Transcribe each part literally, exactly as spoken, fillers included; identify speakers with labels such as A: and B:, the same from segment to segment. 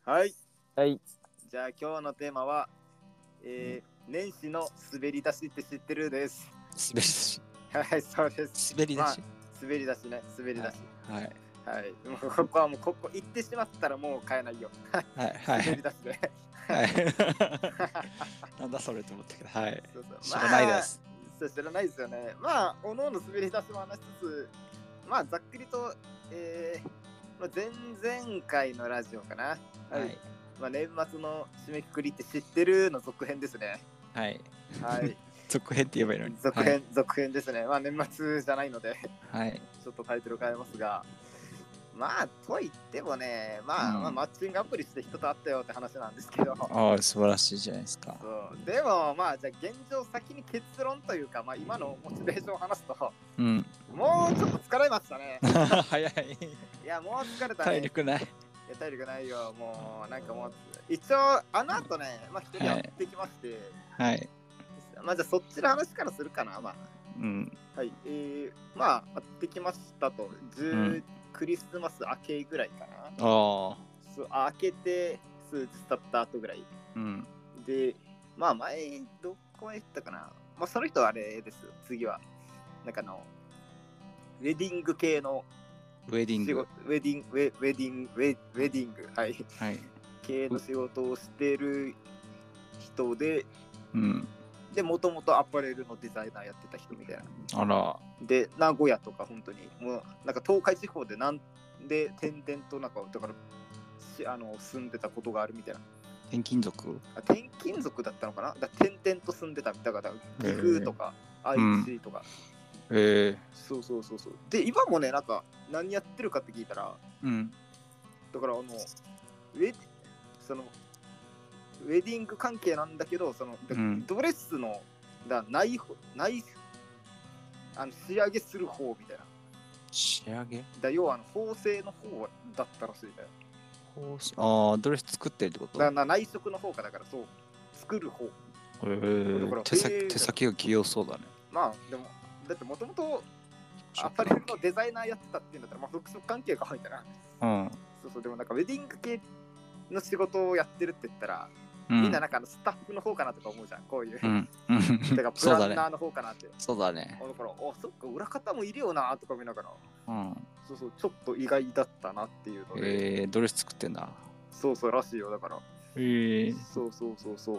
A: はい。
B: はい。
A: じゃあ今日のテーマは、えー、年始の滑り出しって知ってるです。
B: 滑り出し。
A: はい、そうです。
B: 滑り出し。
A: まあ、滑り出しね、滑り出し。
B: はい。
A: はい。もうここはもうここ行ってしまったらもう買えないよ。
B: はい。はい。
A: 滑り出しで。
B: はい。なんだそれと思ったけど、はい。
A: そうそう、
B: 知らないです。
A: まあ、そう知らないですよね。まあ、おのおの滑り出しも話しつつ、まあ、ざっくりと、えー、まあ、前々回のラジオかな。はい。はい、まあ、年末の締めくくりって知ってるの続編ですね。
B: はい。
A: はい。
B: 続編って言えばいいのに。
A: 続編、
B: はい、
A: 続編ですね。まあ、年末じゃないので、
B: はい。
A: ちょっとタイトル変えますが、まあ、と言ってもね、まあ、
B: うん、
A: まあ、マッチングアプリして人と会ったよって話なんですけど。
B: ああ、素晴らしいじゃないですか。
A: そうでも、まあ、じゃあ現状先に結論というか、まあ、今のモチベーションを話すと、
B: うん、
A: もうちょっと疲れましたね。
B: 早い。
A: いや、もう疲れたね。
B: 体力ない。
A: いや、体力ないよ。もう、なんかもう、一応、あの後ね、まあ、一人会ってきまして、
B: はい。
A: まあ、じゃあそっちの話からするかな、まあ。
B: うん。
A: はい、えー、まあ、会ってきましたと、じゅう、うん、クリスマス明けぐらいかな。ああ。そう、明けて数日経った後ぐらい。
B: うん。
A: で、まあ、前、どこへ行ったかな。まあ、その人はあれですよ、次は。なんかの、ウェディング系の、
B: ウェディング。
A: ウェディング、ウェウェディング、ウェウェディング、はい。
B: はい。
A: 系の仕事をしてる人で、
B: うん。
A: で、もともとアパレルのデザイナーやってた人みたいな。
B: あら。
A: で、名古屋とか本当に、もう、なんか東海地方でなんで転々となんか、だから、あの住んでたことがあるみたいな。
B: 転勤族？
A: あ、転勤族だったのかな。だ転々と住んでたみたいな。岐阜とか、愛知とか。
B: へえー。
A: そうそうそうそう。で、今もね、なんか、何やってるかって聞いたら、
B: うん。
A: だから、あの、ウェデその、ウェディング関係なんだけど、その、うん、ドレスのだ内内あの仕上げする方みたいな。
B: 仕上げ？
A: だ要はあの縫製の方だったらしいだよ。
B: ああ、ドレス作ってるってこと？
A: だから内職の方かだからそう作る方。へ
B: え。手先手先が器用そうだね。
A: まあでもだってもともとアパレルのデザイナーやってたっていうんだったらまあ服飾関係が入ったな。うん。そうそうでもなんかウェディング系の仕事をやってるって言ったら。うん、みんななんかあのスタッフの方かなとか思うじゃん、こういう。うん、だからプランナーの方かなって。
B: そうだね。
A: だから、お、そっか、裏方もいるよなとか見ながら、うん、そうそう、ちょっと意外だったなっていうので。
B: えー、ドレス作ってんだ。
A: そうそうらしいよ、だから。
B: えー、
A: そうそうそうそう。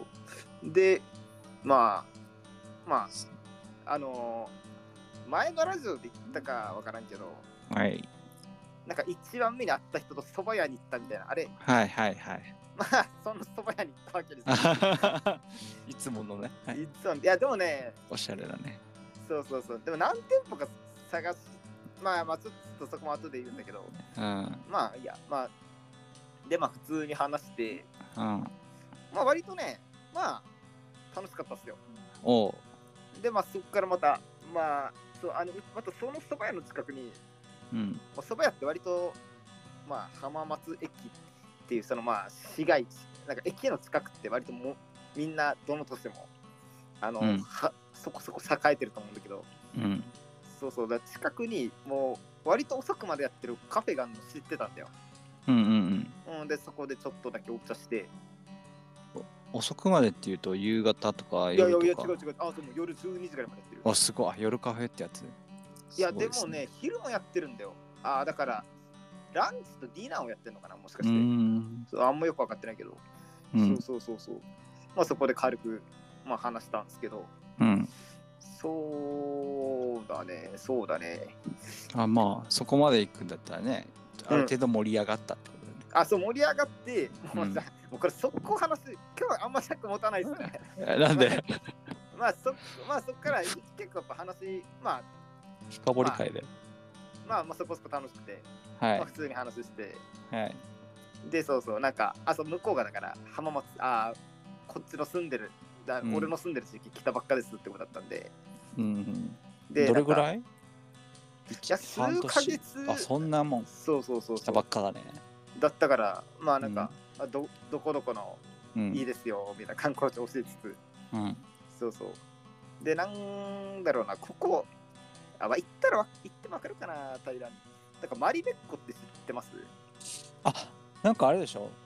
A: で、まあ、まあ、あのー、前のラジオで言ったかわからんけど、
B: はい。
A: なんか一番目に会った人と蕎麦屋に行ったみたいな、あれ。
B: はいはいはい。
A: まあ、その蕎麦屋に行ったわけですよ。
B: いつものね。
A: はい、いつも、いや、でもね、
B: おしゃれだね。
A: そうそうそう。でも何店舗か探し、まあ、まあ、ちょっとそこも後で言うんだけど、うん、まあ、いや、まあ、で、まあ、普通に話して、うん、まあ、割とね、まあ、楽しかったっすよ。おう。で、まあ、そこからまた、まあ、そう、あの、またその蕎麦屋の近くに、うん、蕎麦屋って割と、まあ、浜松駅っていう、そのまあ、市街地、なんか駅の近くって割ともみんなどの都市でも、あの、うん、はそこそこ栄えてると思うんだけど、うん、そうそう、だ近くにもう割と遅くまでやってるカフェがあるの知ってたんだよ。うんうんうん。うん、で、そこでちょっとだけお茶して。
B: 遅くまでっていうと夕方とか
A: 夜とか。いやいや違う違う。あ、でも夜じゅうにじぐらいまでやってる。
B: あ、すごい。夜カフェってやつ。
A: いや、でもね、昼もやってるんだよ。あ、だから、ランチとディナーをやってるのかな、もしかして。うんそうあんまよく分かってないけど。うん、そうそうそうそう。まあそこで軽く、まあ、話したんですけど。うん。そうだね、そうだね。
B: あ、まあ、そこまで行くんだったらね、ある程度盛り上がったってことだね。
A: うん、あ、そう、盛り上がって、もうさ、うん、もうこれ速攻話す、今日はあんま尺持たないですね。
B: なんで
A: まあ、そまあ、そっから結構やっぱ話、まあ、
B: 深掘り会で。
A: まあ、まあ、そこそこ楽しくて、
B: はい、
A: まあ、普通に話して、
B: はい、
A: で、そうそう、なんか、あ、そう、向こうがだから、浜松、あ、こっちの住んでる、だうん、俺の住んでる地域来たばっかですってことだったんで、うん、
B: でどれぐらい？
A: いや、数ヶ月、
B: あ、そんなもん。
A: そうそうそうそう。
B: 来たばっかだね。
A: だったから、まあなんか、うん、ど, どこどこのいいですよ、みたいな観光地教えつつ、うん、そうそう。で、なんだろうな、ここ、あ、まあ、行ったら、行ってもわかるかな、平らに。だからマリメッコって知ってます？
B: あ、なんかあれでしょ、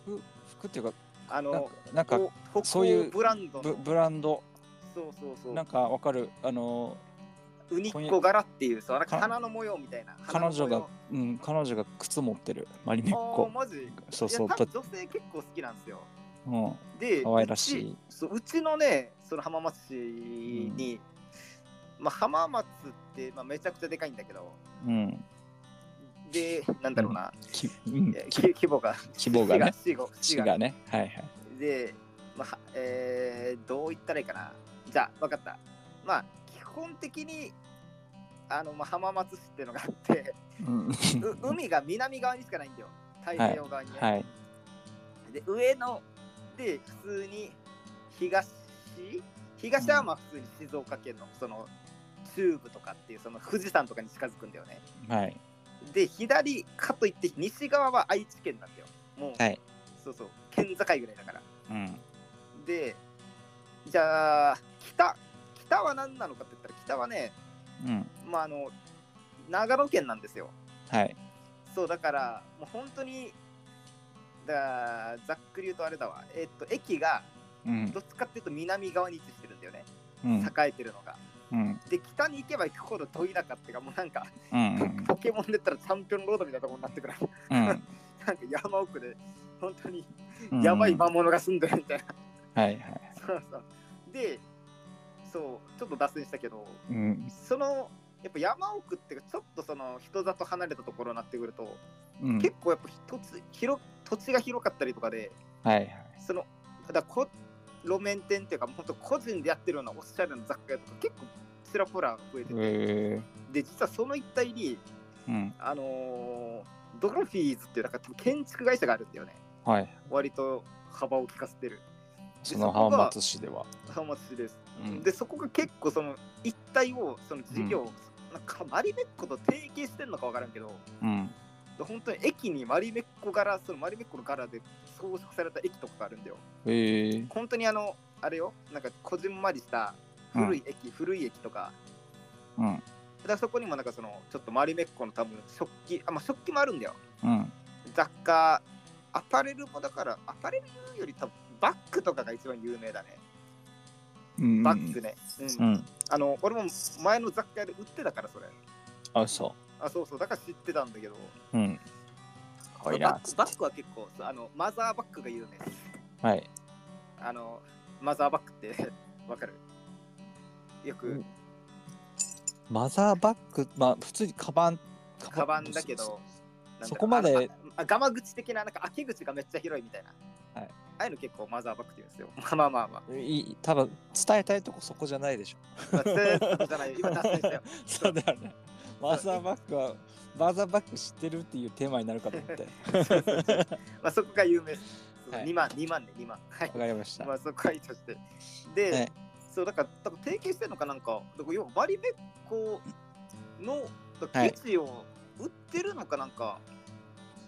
B: 服服っていうか
A: あの
B: なんかそういう
A: ブランドの
B: ブランド
A: そうそうそう
B: なんかわかるあの
A: ウニッコ柄っていうそう花の模様みたいな
B: 彼女がうん彼女が靴持ってるマリメッコ。
A: あマジ
B: そうそう。
A: いや多分女性結構好きなんですよ。
B: うん。
A: で
B: 可愛らしい。
A: うちそううちのねその浜松市に、うん、まあ浜松ってまあめちゃくちゃでかいんだけど。
B: うん。
A: でなんだろうな、
B: うん、
A: 規模が
B: 規模がね
A: 市
B: がねはいはい
A: で、まあえー、どう言ったらいいかな。じゃあ分かった。まあ基本的にあの、まあ、浜松市っていうのがあって、うん、海が南側にしかないんだよ太平洋側にね、はいはい、で上ので普通に東東はまあ普通に静岡県のその中部とかっていうその富士山とかに近づくんだよね。はいで左かといって西側は愛知県なんだよもう、はい、そうそう県境ぐらいだから、うん、でじゃあ北北は何なのかって言ったら北はね、うん、まああの長野県なんですよ。はいそうだからもう本当にだざっくり言うとあれだわえー、っと駅がどっちかっていうと南側に位置してるんだよね、うん、栄えてるのが。うん、で北に行けば行くほど遠いなかっていうかもうなんか、うんうん、ポケモンで言ったらチャンピオンロードみたいなところになってくる、うん、なんか山奥で本当にやばい魔物が住んでるみたいな、うん、はいはいそうそうでそうちょっと脱線したけど、うん、そのやっぱ山奥っていうかちょっとその人里離れたところになってくると、うん、結構やっぱ一つ広土地が広かったりとかで、はいはい、そのだこ路面店っていうか本当個人でやってるようなおしゃれな雑貨屋とか結構ちらほら増えてて、えー、で実はその一帯に、うん、あのー、ドロフィーズっていうなんか建築会社があるんだよね、はい、割と幅を利かせてる。
B: その浜松市では
A: 浜松市です、うん、でそこが結構その一帯をその事業、うん、なんかマリメッコと提携してんのか分からんけど、うん、本当に駅にマリメッコ柄そのマリメッコの柄で装飾された駅とかがあるんだよ。へー本当にあのあれよなんかこじんまりした古い駅、うん、古い駅とか、うん、だからそこにもなんかそのちょっとマリメッコの多分食器あまあ食器もあるんだよ、うん、雑貨アパレルもだからアパレルより多分バッグとかが一番有名だね、うん、バッグね、うんうん、あの俺も前の雑貨屋で売ってたからそれ。
B: あそう
A: あそうそうだから知ってたんだけど、
B: うん、
A: バッグバッグは結構あのマザーバッグが有名です。はい。あのマザーバッグってわかる？よく、うん、
B: マザーバッグまあ普通にカバン
A: カバンだけど
B: そこまで
A: あガマ口的ななんか開け口がめっちゃ広いみたいな、はい、ああいうの結構マザーバッグって言うんですよ。まあまあまあまあ
B: いい多分伝えたいとこそこじゃないでしょ。まあ、伝えたいとこじゃないよ今脱線したよ。 そうだよね。マザーバッグはマザーバッグ知ってるっていうテーマになるかと思って
A: そうそうそうまあそこが有名です、はい、にまんにまんねにまんはい
B: わかりました。
A: まあそこはいいとしてで、はい、そうだから多分提携してるのかなんかだから要はマリメッコの生地を売ってるのかなんか、はい、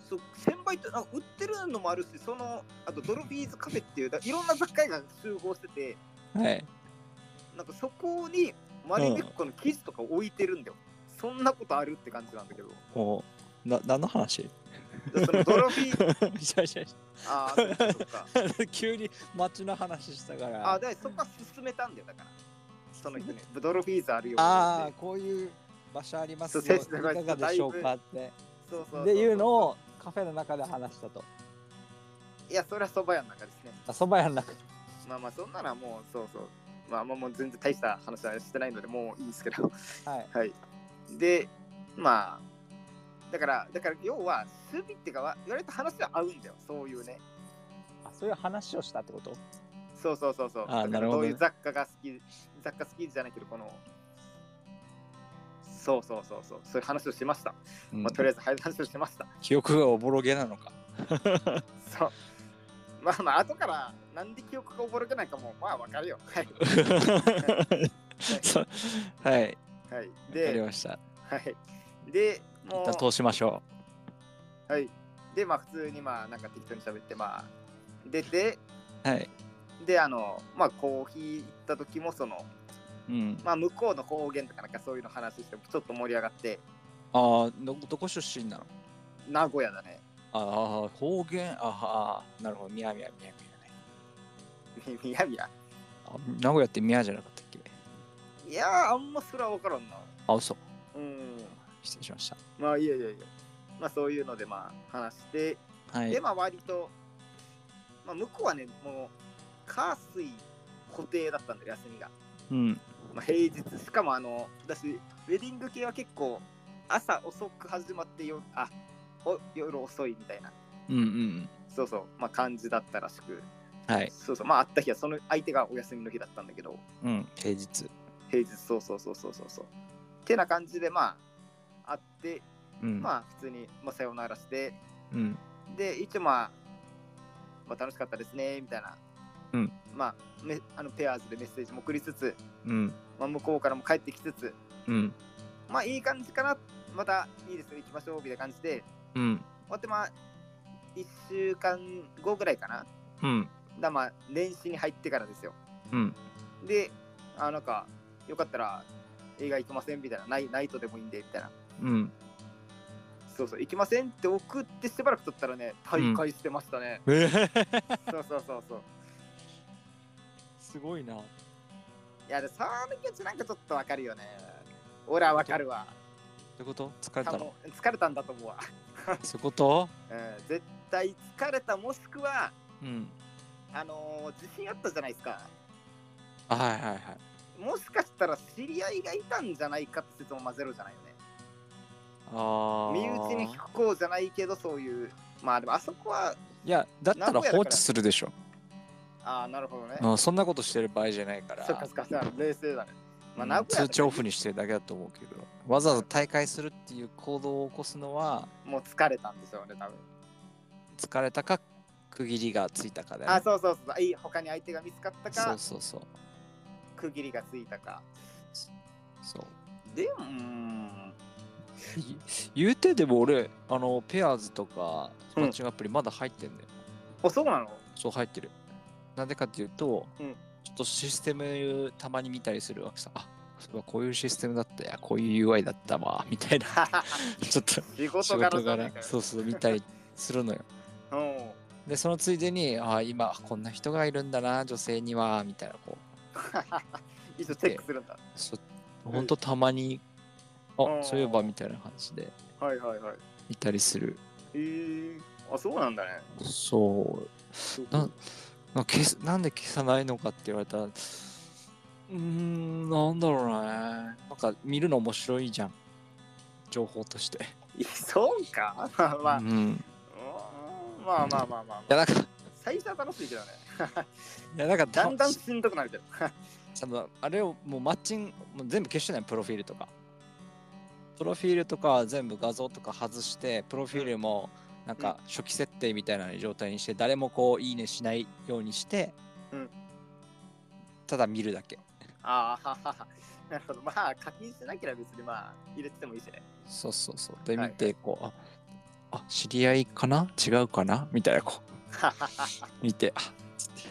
A: そう専売ってなんか売ってるのもあるしそのあとドルフィーズカフェっていういろんな雑貨屋が集合してて、はい、なんかそこにマリメッコの生地とか置いてるんだよ、うん、そんなことあるって感じなんだけど。
B: おな何の話？
A: そのドロフィー
B: ああそっか急に街の話したから
A: ああでそこは進めたんだよだからその人にドロフィーズあるよ
B: ああこういう場所ありますよいかがでしょうかってそうそうでいうのをカフェの中で話したと。
A: いやそれは蕎麦屋の中ですね。
B: あ蕎麦屋の中
A: まあまあそんなのはもうそうそうまあもう全然大した話はしてないのでもういいですけどはい、はい、でまあだからだから要は趣味っていうか言われた話は合うんだよそういうね
B: あそういう話をしたってこと？
A: そうそうそうそうあなるほど、ね、どういう雑貨が好き雑貨好きじゃないけどこのそうそうそうそうそういう話をしました、うんまあ、とりあえず話をしました。
B: 記憶がおぼろげなのか
A: そうまあまあ後からなんで記憶がおぼろげないかもまあわかるよはい
B: はい、
A: はい、で
B: わかりました
A: はいでもう
B: 一旦通しましょ
A: う。はいでまあ普通にまあなんか適当に喋ってまあ出てはいであのまあコーヒー行った時もそのうんまあ向こうの方言とかなんかそういうの話してちょっと盛り上がって
B: ああどこ出身なの？
A: 名古屋だね。
B: ああ、方言、ああ、なるほど、宮宮宮
A: 宮ね。宮宮。
B: あ、名古屋って宮じゃなかったっけ？
A: いやー、あんまそれは分からんな。
B: あ、嘘。
A: うん。
B: 失礼しました。
A: まあ、いやいやいや。まあ、そういうので、まあ、話して、はい、で、まあ、割と、まあ、向こうはね、もう、火水固定だったんだよ、休みが。
B: うん。
A: まあ、平日、しかも、あの、私、ウェディング系は結構、朝遅く始まってよ、あ、お夜遅いみたいな。
B: うんうん。
A: そうそう、まあ、感じだったらしく。
B: はい。
A: そうそう、まあ、あった日は、その相手がお休みの日だったんだけど。
B: うん、平日。
A: 平日、そうそうそうそうそうそう。ってな感じで、まあ、あって、うん、まあ、普通に、まあ、さよならして、うん、で、一応、まあ、まあ、楽しかったですね、みたいな。うん、まあ、めあのペアーズでメッセージも送りつつ、うんまあ、向こうからも帰ってきつつ、うん、まあ、いい感じかな、またいいですね、行きましょう、みたいな感じで、うん、終わって、まあ、いっしゅうかんごぐらいかな。うん、だまあ、年始に入ってからですよ。うん、で、あ、なんか、よかったら映画行きませんみたいな、ナイ、ナイトでもいいんで、みたいな。うん。そうそう、行きませんって送ってしばらく経ったらね、大会してましたね。うん、そうそうそうそう。
B: すごいな。い
A: や、で、その気持ちなんかちょっとわかるよね。俺はわかるわ。
B: ってこと疲れたの？
A: 疲れたんだと思うわ。
B: そういうこと？
A: うん、絶対疲れた、もしくは、うん、あのー、自信あったじゃないですか。
B: はいはいはい。
A: もしかしたら知り合いがいたんじゃないかって説も混ぜるじゃないよね。
B: あ
A: 身内に聞こうじゃないけど、そういう、まあでもあそこは、
B: いや、だったら放置するでしょ。
A: ああ、なるほどね。
B: あ、そんなことしてる場合じゃないから。
A: そっかそっか、冷静だね。
B: まあ、名古屋通知オフにしてるだけだと思うけど、わざわざ大会するっていう行動を起こすのは、
A: もう疲れたんでしょうね、多分。
B: 疲れたか、区切りがついたかだよ
A: ね。あ、そうそうそう。いい、他に相手が見つかったか、
B: そうそうそう。
A: 区切りがついたか。
B: そう。
A: でも、うん
B: 言うてでも俺、あの、ペアーズとか、マッチングアプリまだ入ってんだよ。
A: うん、あ、そうなの？
B: そう、入ってる。なんでかっていうと、うん、ちょっとシステムたまに見たりするわけさ。あ、そういえばこういうシステムだったや、こういう ユーアイ だったわ、みたいな。ちょっと
A: 仕事柄
B: そうそう、見たりするのよ。で、そのついでに、あ、今こんな人がいるんだな、女性には、みたいな、こう。
A: 一応チェックするんだ。
B: ほんとたまに、あ、そういえばみたいな感じで。
A: はいはいはい。
B: いたりする。
A: へえー、あ、そうなんだね。
B: そう。なな消すなんで消さないのかって言われたら、うーん、なんだろうね。なんか見るの面白いじゃん。情報として。
A: そうかまあまあ、うん、まあまあまあまあまあ。いや、なんか、最初は楽しいけどね。
B: いや、なんか
A: だんだんしんどくなるけど。
B: あのあれをもうマッチング、もう全部消してない、プロフィールとか。プロフィールとかは全部画像とか外して、プロフィールもなんか初期設定みたいな状態にして、誰もこういいねしないようにして、うん、ただ見るだけ。
A: ああ、ははは。なるほど。まあ、課金しなければ別にまあ、入れててもいいしね。
B: そうそうそう。で、見て、こう、はいはい、あ、あ、知り合いかな違うかなみたいな、こう。見て、あ、つって。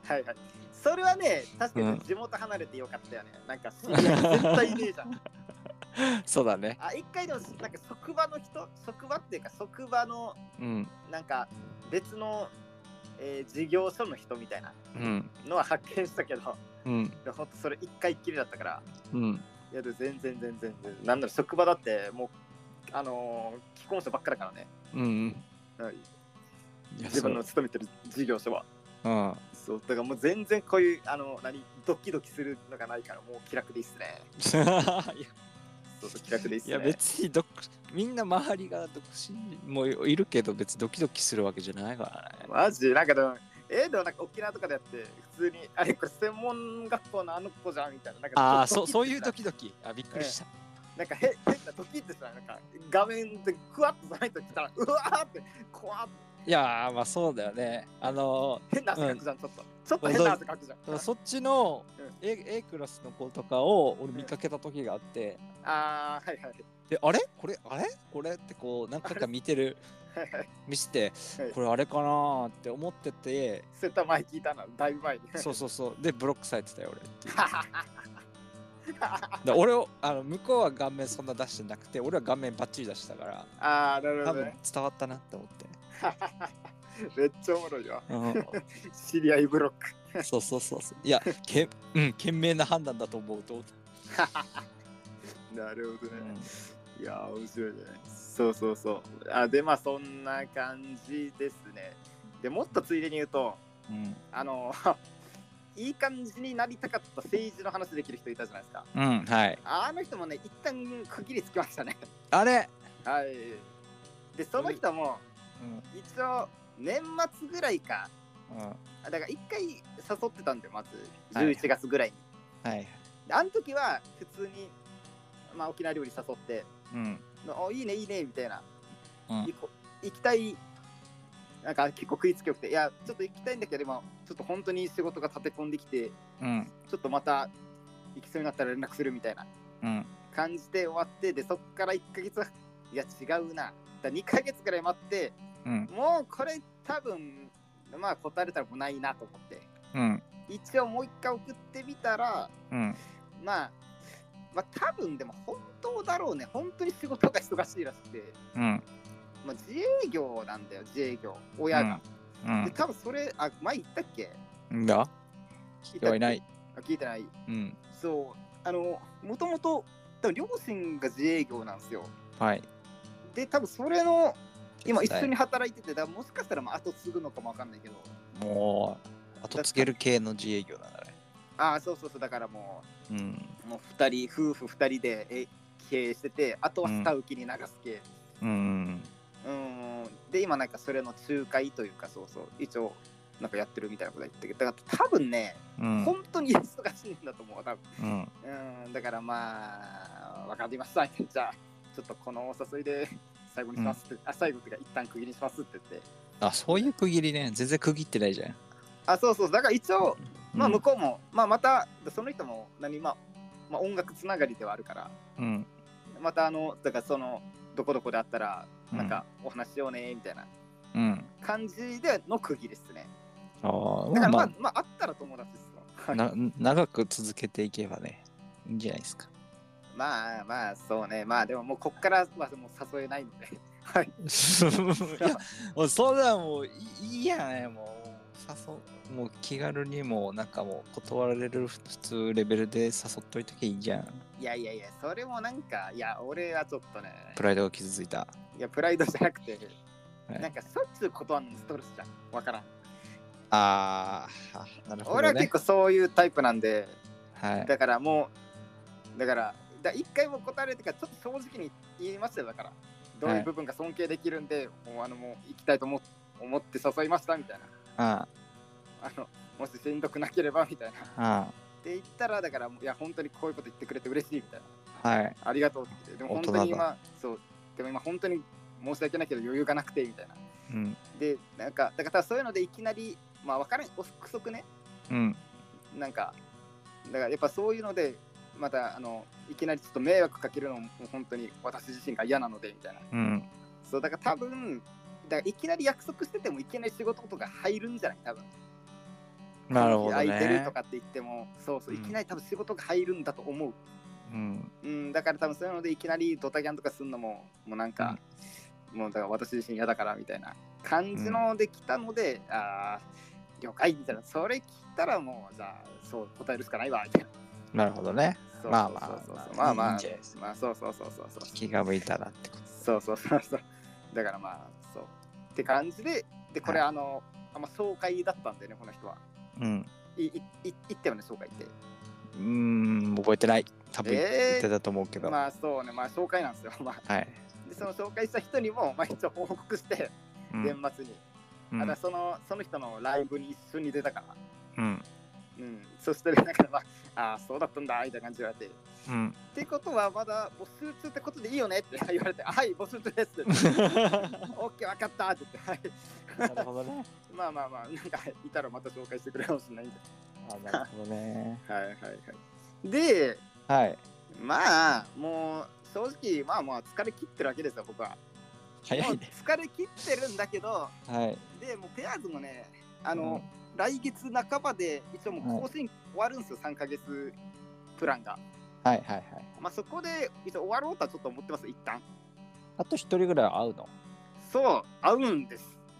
A: はいはい。それはね、確かに地元離れてよかったよね。うん、なんか、知り合い絶対いねえじゃん。
B: そうだね。
A: あ、一回でもなんか職場の人、職場っていうか職場の、うん、なんか別の、えー、事業所の人みたいなのは発見したけど、うん、ほんとそれ一回っきりだったから、うん、いやで全然全然全然、なんだろ、職場だってもうあのー、既婚者ばっかだからね。うん、うん、自分の勤めてる事業所は。うん、そうだからもう全然こういうあの何ドキドキするのがないからもう気楽でいいっすね。そうそう気楽でいいっすね。
B: いや別にどみんな周りが独身もいるけど別にドキドキするわけじゃないからね。
A: マジなんかでもえー、でもなんか沖縄とかでやって普通にあれこれ専門学校のあの子じゃんみたいな。なんか
B: ああそうそういうドキドキ。あびっくりした。
A: えー、なんかへ変なドキってさなんか画面でクワッとじゃないときたらうわーって怖って。
B: いやーまあそうだよね。あの
A: ー、変な汗かくじゃん、うん、ちょっとちょっと変な汗かくじゃん。
B: そっちの A, A クラスの子とかを俺見かけた時があって、
A: うん、ああはいはい。
B: であれこれあれこれってこう何回か見てる見せてこれあれかなって思ってて、
A: セッター前聞いたなだいぶ前に。
B: そうそうそうでブロックされてたよ俺っていうだ俺をあの向こうは顔面そんな出してなくて俺は顔面バッチリ出したから、
A: ああなるほど、ね、
B: 多分伝わったなって思って
A: めっちゃおもろいわ。知り合いブロック。
B: そうそうそうそう。いや、けうん、賢明な判断だと思うと。
A: なるほどね。うん、いや、面白いね。そうそうそう。あで、まあ、そんな感じですね。でもっとついでに言うと、うん、あの、いい感じになりたかった政治の話できる人いたじゃないですか。
B: うん、はい。
A: あの人もね、一旦区切りつきましたね。
B: あれ
A: はい。で、その人も、うん、一応、年末ぐらいか。うん、だから一回誘ってたんだよ、まず。じゅういちがつぐらいに。はい。はい、あの時は、普通に、まあ、沖縄料理誘って、うん、おいいね、いいね、みたいな。うん、行, 行きたい。なんか結構食いつきよくて、いや、ちょっと行きたいんだけど、今、ちょっと本当に仕事が立て込んできて、うん、ちょっとまた行きそうになったら連絡するみたいな感じで終わって、で、そっからいっかげつ、いや、違うな。だにかげつくらい待って、うん、もうこれ多分、まあ答えれたらもうないなと思って、うん、一応もう一回送ってみたら、うん、まあ、まあ多分でも本当だろうね。本当に仕事が忙しいらしくて、うん、まあ、自営業なんだよ、自営業、親が。うんうん、で、多分それ、あ、前言ったっけ？
B: んだ聞いてはいない。
A: あ、聞いてない。うん。そう、あの、もともと、多分両親が自営業なんですよ。はい。で、多分それの、今一緒に働いてて、だもしかしたらまあ後継ぐのかもわかんないけど。
B: もう、後継げる系の自営業なんだね。
A: ああ、そうそうそう、だからもう、うん、もう二人、夫婦二人でえ経営してて、あとは下請きに流す系。うん、うんうん、で今なんかそれの仲介というか、そうそう一応なんかやってるみたいなこと言ってるけど、だから多分ね、うん、本当に忙しいんだと思う多分、うんうん、だからまあ分かりました、じゃあちょっとこのお誘いで最後にしますって、うん、あ最後っていうか一旦区切りしますって言って。
B: あ、そういう区切りね。全然区切ってないじゃん。
A: あ、そうそう、だから一応まあ向こうも、うん、まあまたその人も何、まあ、まあ音楽つながりではあるから、うん、またあのだからそのどこどこであったらなんかお話しようねみたいな感じでの区切りですね。うん、あだからまあ、まあ、まあ、あったら友達ですよ。
B: な長く続けていけばね、いいんじゃないですか。
A: まあまあそうね、まあでももうこっからはもう誘えないので。はい。
B: いやもうそんなもういいやね、もう誘もう気軽にもなんかもう断られる普通レベルで誘っといときゃいいじゃん。
A: いやいやいや、それもなんか、いや俺はちょっとね、
B: プライドが傷ついた。
A: いやプライドじゃなくて、はい、なんかしょっちゅう断るのストレスじゃん、わからん。
B: あー、なるほどね。
A: 俺は結構そういうタイプなんで、はい、だからもうだからだ一回も答えられてからちょっと正直に言いましたよ。だからどういう部分が尊敬できるんで、はい、もうあのもう行きたいと思思って誘いましたみたいな。ああのもししんどくなければみたいな。あって言ったら、だからいや本当にこういうこと言ってくれて嬉しいみたいな。はい。ありがとうって言って、でも本当に今そうでも今本当に申し訳ないけど余裕がなくてみたいな。うん、でなんかだからそういうのでいきなりまあ分からん憶測ね。うん。なんかだからやっぱそういうのでまたあのいきなりちょっと迷惑かけるのも本当に私自身が嫌なのでみたいな。うん。そうだから多分だからいきなり約束しててもいきなり仕事とか入るんじゃない多分。
B: なるほどね。
A: 空いてるとかって言ってもそうそういきなり多分仕事が入るんだと思う。うん。うん、だから多分そういうのでいきなりドタキャンとかするのももうなんか、うん、もうだから私自身嫌だからみたいな感じので来たので、うん、ああ了解みたいな、それ聞いたらもうじゃあそう答えるしかないわみたい
B: な。なるほどね。まあまあ
A: まあまあまあそうそうそうそうそう
B: 気が向いたらってこと。
A: そうそうそうそう。だからまあそうって感じででこれ、はい、あのあんま紹介だったんでねこの人は。うん。いいい言ったよね紹介って。
B: うーん覚えてない。多分言ってたと思うけど。
A: えー、まあそうねまあ紹介なんですよ。まあ。はい。でその紹介した人にもまあ一応報告して、うん、年末に。うん、あだそのその人のライブに一緒に出たから。うん。うん、そしてだからまあああそうだったんだみたいな感じで言われて、うん、ってことはまだ募集中ってことでいいよねって言われて、はい募集中ですってオッケー分かったって言って、はいなるほどねまあまあまあなんかいたらまた紹介してくれるかもしれないんで、
B: あなるほどね
A: はいはいはいで、はい、まあもう正直まあまあ疲れ切ってるわけですよ僕は。早いね。疲れ切ってるんだけど、はい、でもうペアーズもねあの、うん来月半ばで一応もう更新終わるんですよ、はい、さんかげつプランが。はいはいはい。まあそこで一応終わろうとはちょっと思ってます、一旦。
B: あと一人ぐらい会うの？
A: そう、会うんです。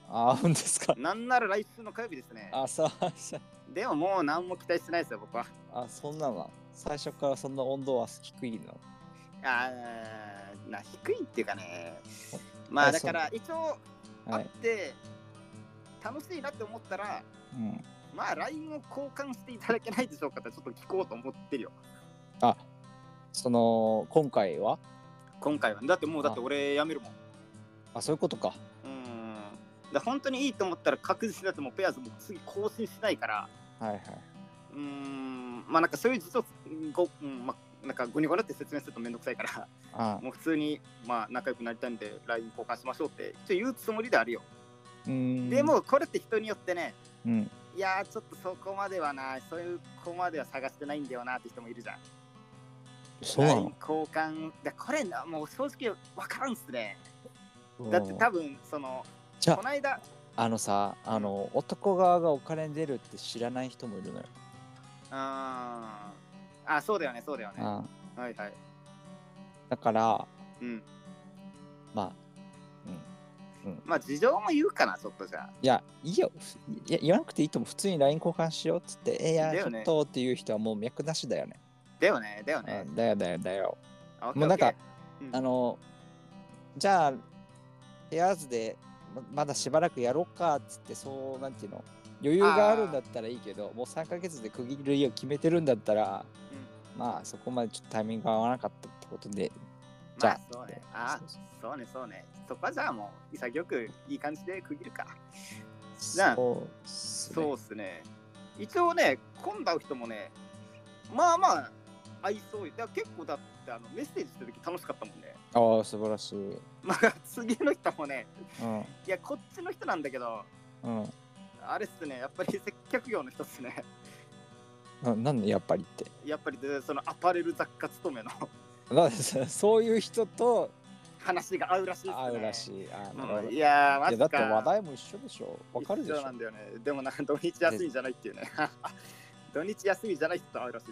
B: ああ、ほんですか。
A: なんなら来週の火曜日ですね。
B: あ、そう。
A: でももう何も期待してないですよ、僕は。
B: あ、そんなの。最初からそんな温度は低いの？
A: あーな低いっていうかね。まあだから一応会って楽しいなって思ったら、うん、まあ ライン を交換していただけないでしょうかってちょっと聞こうと思ってるよ。
B: あ、その今回は
A: 今回はだってもうだって俺辞めるもん。
B: あ、そういうことか。
A: うん。だ本当にいいと思ったら確実だともうペアーズも次更新しないから。
B: はいはい。
A: うーん、まあなんかそういう実をご、うん、まあなんかゴニゴニって説明するとめんどくさいから、ああもう普通にまあ仲良くなりたいんで ライン 交換しましょうって一応言うつもりであるよ。うん。でもこれって人によってね、うん、いやーちょっとそこまではな、そういうこまでは探してないんだよなって人もいるじゃん。
B: そうなの？ ライン
A: 交換だこれなもう正直わからんっすね。だって多分その
B: じゃあこの間あのさあの、うん、男側がお金出るって知らない人もいるのよ。
A: ああそうだよねそうだよね。あはいはい。
B: だからうんまあ
A: うん、うん、まあ事情も言うかなちょっとじゃあ。
B: いやいいよいや言わなくていいと思う。普通に ライン 交換しようっつってえいやちょっとっていう人はもう脈なしだよね。
A: だよねだよね。
B: だよだよだよ。もうなんか、うん、あのじゃあペアーズでまだしばらくやろうかっつってそうなんていうの余裕があるんだったらいいけどもうさんかげつで区切る家を決めてるんだったら、うん、まあそこまでちょっとタイミングが合わなかったってことで
A: じゃあ、まあ、そうねあそうねそうねそこはじゃあもう潔くいい感じで区切るか。じゃあそうっすね。そうっすね一応ね今度会う人もねまあまあ合いそう。だ結構だってあのメッセージした時楽しかったもんね。
B: ああ素晴らしい。
A: まあ次の人もね、うん、いやこっちの人なんだけど、うん、あれっすねやっぱり接客業の人っすね。
B: ななんでやっぱりって
A: やっぱりでそのアパレル雑貨勤めの
B: なんでそういう人と
A: 話が合うらしいですね。
B: 合うらしい。あなるほど。
A: いやマジか。
B: だって話題も一緒でしょ。わかるでしょ。
A: 一緒なんだよね。でもなんか土日休みじゃないっていうね。土日休みじゃない人と会うらしいです。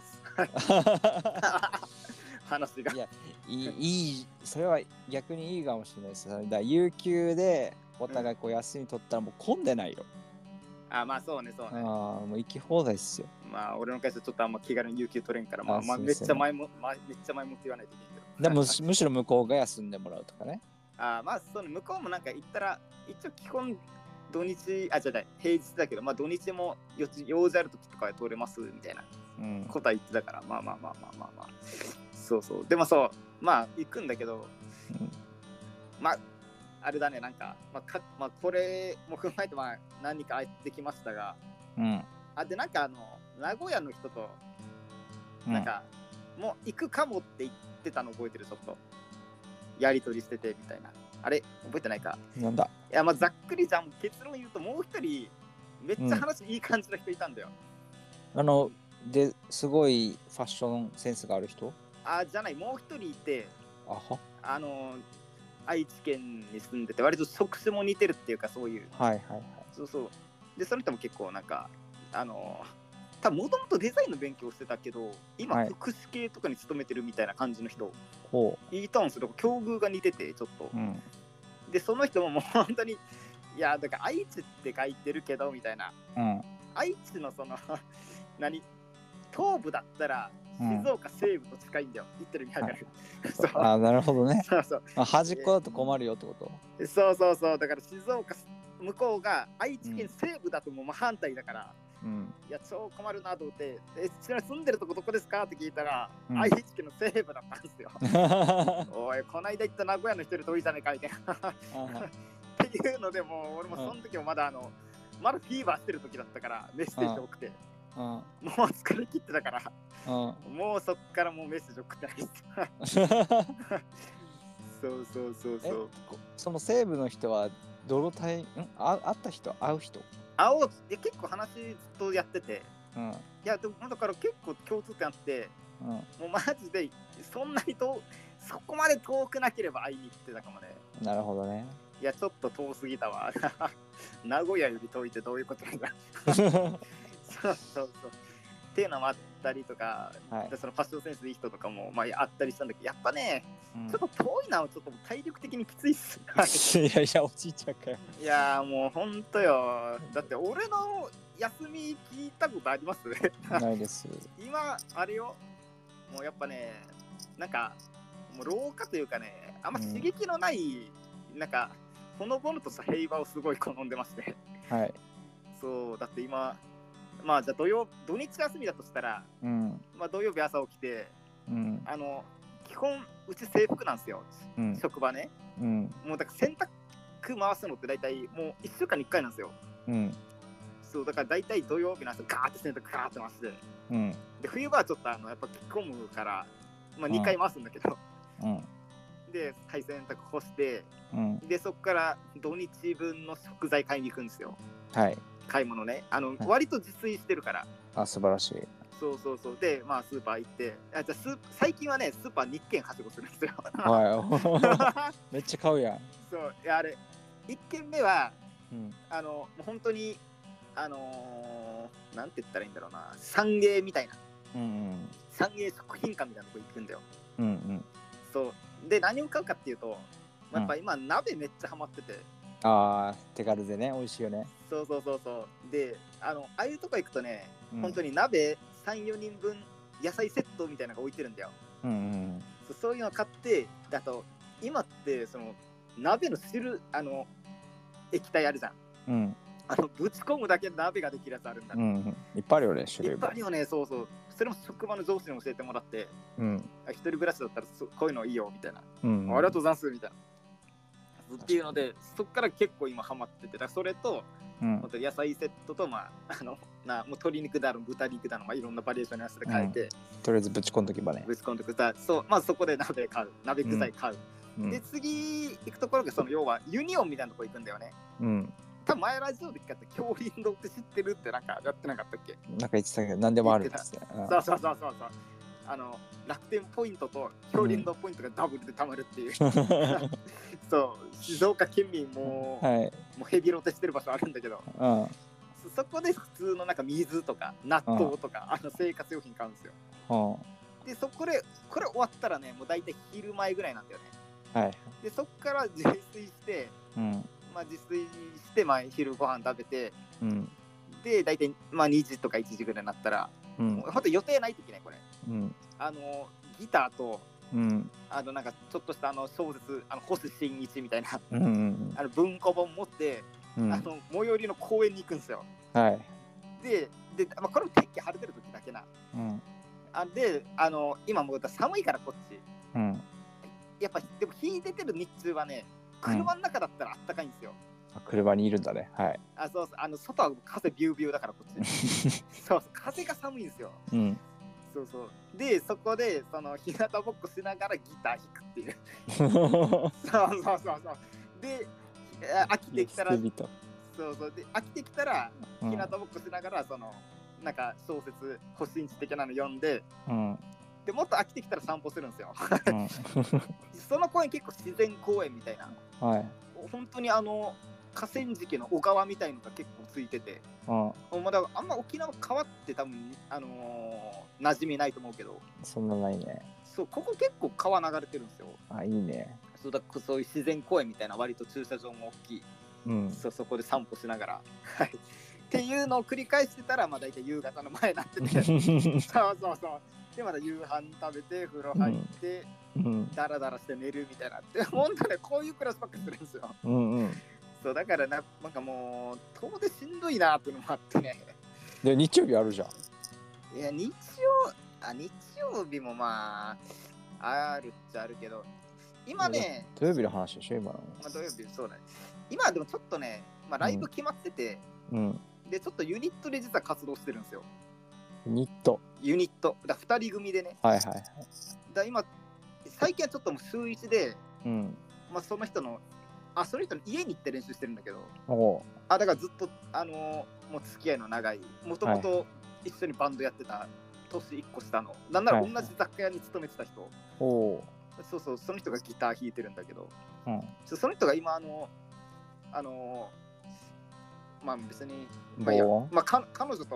A: 話が。
B: いや、いい、いい、それは逆にいいかもしれないです。だ有給でお互いこう休み取ったらもう混んでないよ。
A: うん、あ、まあそうね、そうね。
B: ああ、もう行き放題っすよ。
A: まあ俺の会社ちょっとあんま気軽に有給取れんから、まあ、まあ、めっちゃ前も、まあ、めっちゃ前もって言わないといけないけ
B: ど。でもむしろ向こうが休んでもらうとかね。
A: あまあそうね、向こうもなんか行ったら、一応基本土日、あ、じゃない、平日だけど、まあ土日も用事ある時とかで取れますみたいなことは言ってたから、うん、まあまあまあまあまあまあ。そうそう。でもそう、まあ行くんだけど、うん、まあ、あれだね、なんか、まあ、かまあ、これも踏まえて、まあ、何か入ってきましたが、うん、あ、で、なんかあの、名古屋の人と、なんか、うん、もう行くかもって言ってたの覚えてる、ちょっと。やりとりしててみたいな。あれ覚えてないか。
B: なんだ。
A: いやまあざっくりじゃん結論言うともう一人めっちゃ話いい感じの人いたんだよ。
B: うん、あのですごいファッションセンスがある人？
A: あじゃないもう一人いて、
B: あは
A: あの愛知県に住んでて割と職種も似てるっていうかそういう。
B: はいはいはい。
A: そうそう。でその人も結構なんかあの多分もともとデザインの勉強してたけど今福祉系とかに勤めてるみたいな感じの人、はい、いたんですよ。境遇が似ててちょっと、うん、でその人ももう本当にいやだから愛知って書いてるけどみたいな、うん、愛知のその何東部だったら静岡西部と近いんだよ、うん、言ってるみたいな、はい、
B: そうあなるほどね。そうそう、まあ、端っこだと困るよってこと、
A: えー、そうそうそうだから静岡向こうが愛知県西部だともう真反対だから、うん、いや超困るなと思ってえちなみに住んでるとこどこですかって聞いたら、うん、愛知県の西部だったんですよ。おいこないだ行った名古屋の人より遠いじゃねえかみたいなっていうのでもう俺もその時もまだあのまだフィーバーしてる時だったからメッセージ送ってもう疲れ切ってたからもうそっからもうメッセージ送ってないですそうそうそうそう
B: その西部の人はどのタイんあ会った人会う人
A: 会おうって結構話ずっとやってて、うん、いやでもだから結構共通点あって、うん、もうマジでそんなに遠そこまで遠くなければ会いに行ってたかもね。
B: なるほどね。
A: いやちょっと遠すぎたわ名古屋より遠いってどういうことなんだそうそうそうっていうのもあったりとか、はい、でそのファッションセンスいい人とかも、まあ、あったりしたんだけど、やっぱね、うん、ちょっと遠いな、ちょっと体力的にきついっす。
B: いやいや、おじいちゃんかよ。
A: いやーもうほんとよ。だって俺の休み聞いたことあります？
B: ないです。
A: 今、あれよ、もうやっぱね、なんか、もう老化というかね、あんま刺激のない、うん、なんか、ほのぼのとした平和をすごい好んでまして。
B: はい。
A: そう、だって今、まあじゃあ土曜、土日休みだとしたら、うん、まあ土曜日朝起きて、うん、あの、基本、うち制服なんですよ、うん、職場ね。うん、もうだから洗濯回すのって大体もういっしゅうかんにいっかいなんですよ。うん、そうだから大体土曜日の朝ガーッて洗濯ガーッて回して、うん、で冬場はちょっとあのやっぱ着込むから、まあ、にかい回すんだけど、うん、で、はい、洗濯干して、うん、でそこから土日分の食材買いに行くんですよ。はい。買い物ね、あの、はい、割と自炊してるから。
B: あ、素晴らしい。
A: そうそうそう。で、まあスーパー行って、あじゃス最近はね、スーパーに軒はしごするんですよ。
B: はい。めっちゃ買うやん。
A: そう、いやあれ、いっ軒目は、うん、あの、もう本当に、あのー、なんて言ったらいいんだろうな、産芸みたいな。うんうん、産芸食品館みたいなとこ行くんだよ。うんうん。そう。で、何を買うかっていうと、やっぱ今、鍋めっちゃハマってて。
B: ああ、手軽でね、美味しいよね。
A: そうそうそうそう。で、あの、ああいうとこ行くとね、うん、本当に鍋さん、よにんぶん野菜セットみたいなのが置いてるんだよ。うんうん、そ, そういうの買って、あと、今って、その、鍋の汁、あの、液体あるじゃん。うん。あの、ぶち込むだけで鍋ができるやつあるんだ、ね。
B: うん。いっぱいあるよね、種類。
A: いっぱいあるよね、そうそう。それも職場の上司に教えてもらって、うん。一人暮らしだったらこういうのいいよ、みたいな。うん、うん。ありがとうございます、みたいな。っていうので、そこから結構今ハマってて、だそれと、うん、野菜セットと、まあ、あのなもう鶏肉だの豚肉だの、まあ、いろんなバリエーションのやつで変えて、うん、
B: とりあえずぶち込んどけばね。
A: ぶち込んどくさ、そう、まずそこで鍋買う、鍋具材買う。うん、で、次行くところが、その要はユニオンみたいなとこ行くんだよね。うん。多分前ラジオで聞かれた恐竜堂って知ってるってなんかやってなかったっけ？
B: なんか言ってたけど、何でもあるんですね。
A: そうそうそうそうそう。あの楽天ポイントと恐竜堂ポイントがダブルでたまるっていう、うん、そう静岡県民も、はい、もうヘビロテしてる場所あるんだけど、うん、そ, そこで普通のなんか水とか納豆とか、うん、あの生活用品買うんですよ、うん、でそこでこれ終わったらねもう大体昼前ぐらいなんだよね、はい、でそこから自炊して、うんまあ、自炊して、まあ、昼ご飯食べて、うん、で大体、まあ、にじとかいちじぐらいになったら、うん、ほんと予定ないときねこれ、うん、あのギターと、うん、あのなんかちょっとしたあの小説あの星新一みたいな、うんうん、あの文庫本持って、うん、あの最寄りの公園に行くんですよ。はい、でで、まあ、これも天気晴れてる時だけな。うん、あであの今もう寒いからこっち、うん、やっぱでも日出てる日中はね車の中だったらあったかいんですよ。
B: うん、車にいるんだね。はい。
A: あそうそうあの外は風ビュービューだからこっちそう風が寒いんですよ。うんそうそうでそこでその日向ぼっこしながらギター弾くっていうそうそうそうそうで飽きてきたらそうそうで飽きてきたら日向ぼっこしながらそのなんか小説星新地的なの読んで、うん、でもっと飽きてきたら散歩するんですよ、うん、その公園結構自然公園みたいな、はい、本当にあの河川敷の小川みたいのが結構ついてて、ああ、まあ、だからあんま沖縄川って多分、あのー、馴染みないと思うけど、
B: そんなないね。
A: そうここ結構川流れてるんですよ。
B: あ、いいね。
A: そうだそういう自然公園みたいな割と駐車場も大きい、うん、そ, そこで散歩しながらっていうのを繰り返してたら、まあ、大体夕方の前になっててそうそうそうでまた夕飯食べて風呂入って、うん、ダラダラして寝るみたいなって本当ねこういう暮らしばっかりするんですよ。うんうんそうだからな、なんかもう遠出しんどいなっていうのもあってね。
B: で日曜日あるじゃん。
A: いや日曜あ日曜日もまああるっちゃあるけど今ね
B: 土曜日の話でしょ今の。
A: まあ、土曜日そうだね。今でもちょっとね、まあ、ライブ決まってて、うん、でちょっとユニットで実は活動してるんですよ。
B: ユニット
A: ユニットだふたり組でね。はいはいはい。だ今最近はちょっともう週いちで、うんまあ、その人のあその人の家に行って練習してるんだけど、おあだからずっとあのー、もう付き合いの長いもともと一緒にバンドやってた年いっこ下のなんなら同じ雑貨屋に勤めてた人、はい、おそうそうその人がギター弾いてるんだけど、うん、その人が今あのあのー、まあ別にまあいやまあか彼女と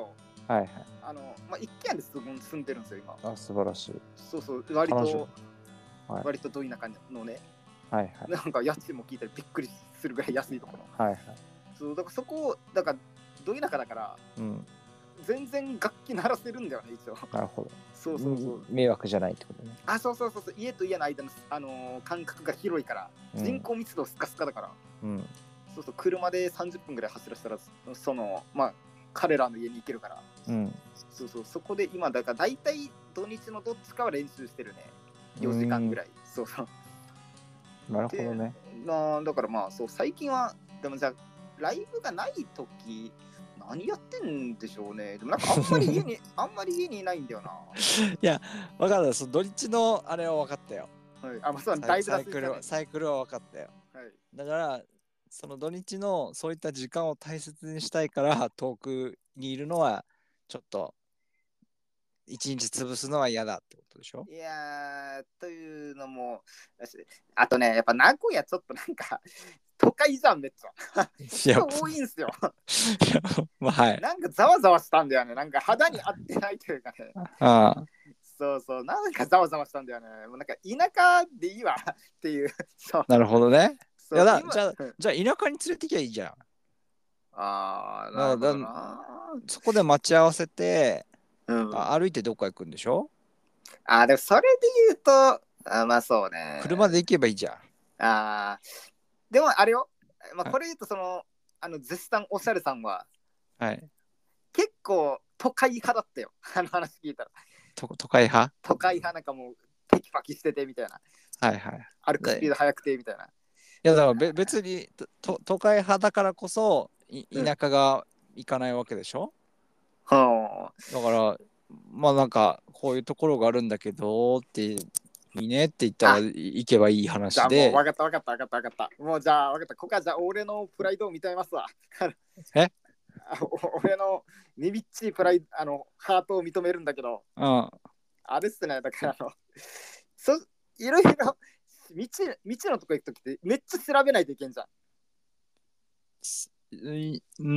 B: はいはい。
A: あの、まあ、一軒家で住んでるんですよ、今。
B: あ、素晴らしい。
A: そうそう、割と、はい、割とど田舎のね、
B: はいはい。
A: なんか家賃も聞いたらびっくりするぐらい安いところ。
B: はいはい。
A: そう、だからそこを、だからど田舎だから、うん、全然楽器鳴らせるんだよね、一応。
B: なるほど。
A: そうそうそう。
B: 迷惑じゃないってことね。
A: あ、そうそうそうそう。家と家の間の、あのー、間隔が広いから、うん、人口密度スカスカだから、うん、そうそう、車でさんじゅっぷんぐらい走らせたら、その、まあ、彼らの家に行けるから、うん、そうそう、そこで今、だから大体土日のどっちかは練習してるね。よじかんぐらい。そうそう。
B: なるほどね。
A: なだからまあ、そう、最近は、でもじゃあ、ライブがないとき、何やってんでしょうね。でもなんかあんまり家に、あんまり家にいないんだよな。
B: いや、分かった。その土日のあれは分かったよ。
A: はい、あ、まあ、そう
B: だいぶサイクルは、サイクルは分かったよ。はい、だから、その土日のそういった時間を大切にしたいから遠くにいるのはちょっと一日潰すのは嫌だってことでしょ。
A: いやー、というのも、あとね、やっぱ名古屋ちょっとなんか都会じゃん、めっちゃ。人多いんすよ。
B: まあ、はい。
A: なんかざわざわしたんだよね。なんか肌に合ってないというかね。ああ、そうそう、なんかざわざわしたんだよね。もうなんか田舎でいいわっていう。そう、
B: なるほどね。いやだじゃあ、じゃあ田舎に連れてきゃいいじゃん。
A: ああ、なるほどな。
B: そこで待ち合わせて、うん、歩いてどっか行くんでしょ。
A: ああ、でもそれで言うと、あまあそうね。
B: 車で行けばいいじゃん。
A: ああ、でもあれよ。まあこれ言うとその、あの絶賛おしゃれさんは、はい、結構都会派だったよ。あの話聞いたら。
B: 都会派
A: 都会派なんかもうテキパキしててみたいな。はいはい。歩くスピード速くてみたいな。い
B: やだからべ別にと都会派だからこそ田舎が行かないわけでしょ。うん、だからまあなんかこういうところがあるんだけどっていいねって言ったら行けばいい話で。
A: じゃあもう分かった分かった分かった分かった。もうじゃあ分かった。ここはじゃあ俺のプライドを認めますわ。え俺のみびっちいプライド、あのハートを認めるんだけど。うん。あれっすね、だからあの、そいろいろ道、道のとこ行くときってめっちゃ調べないといけんじゃん。うん。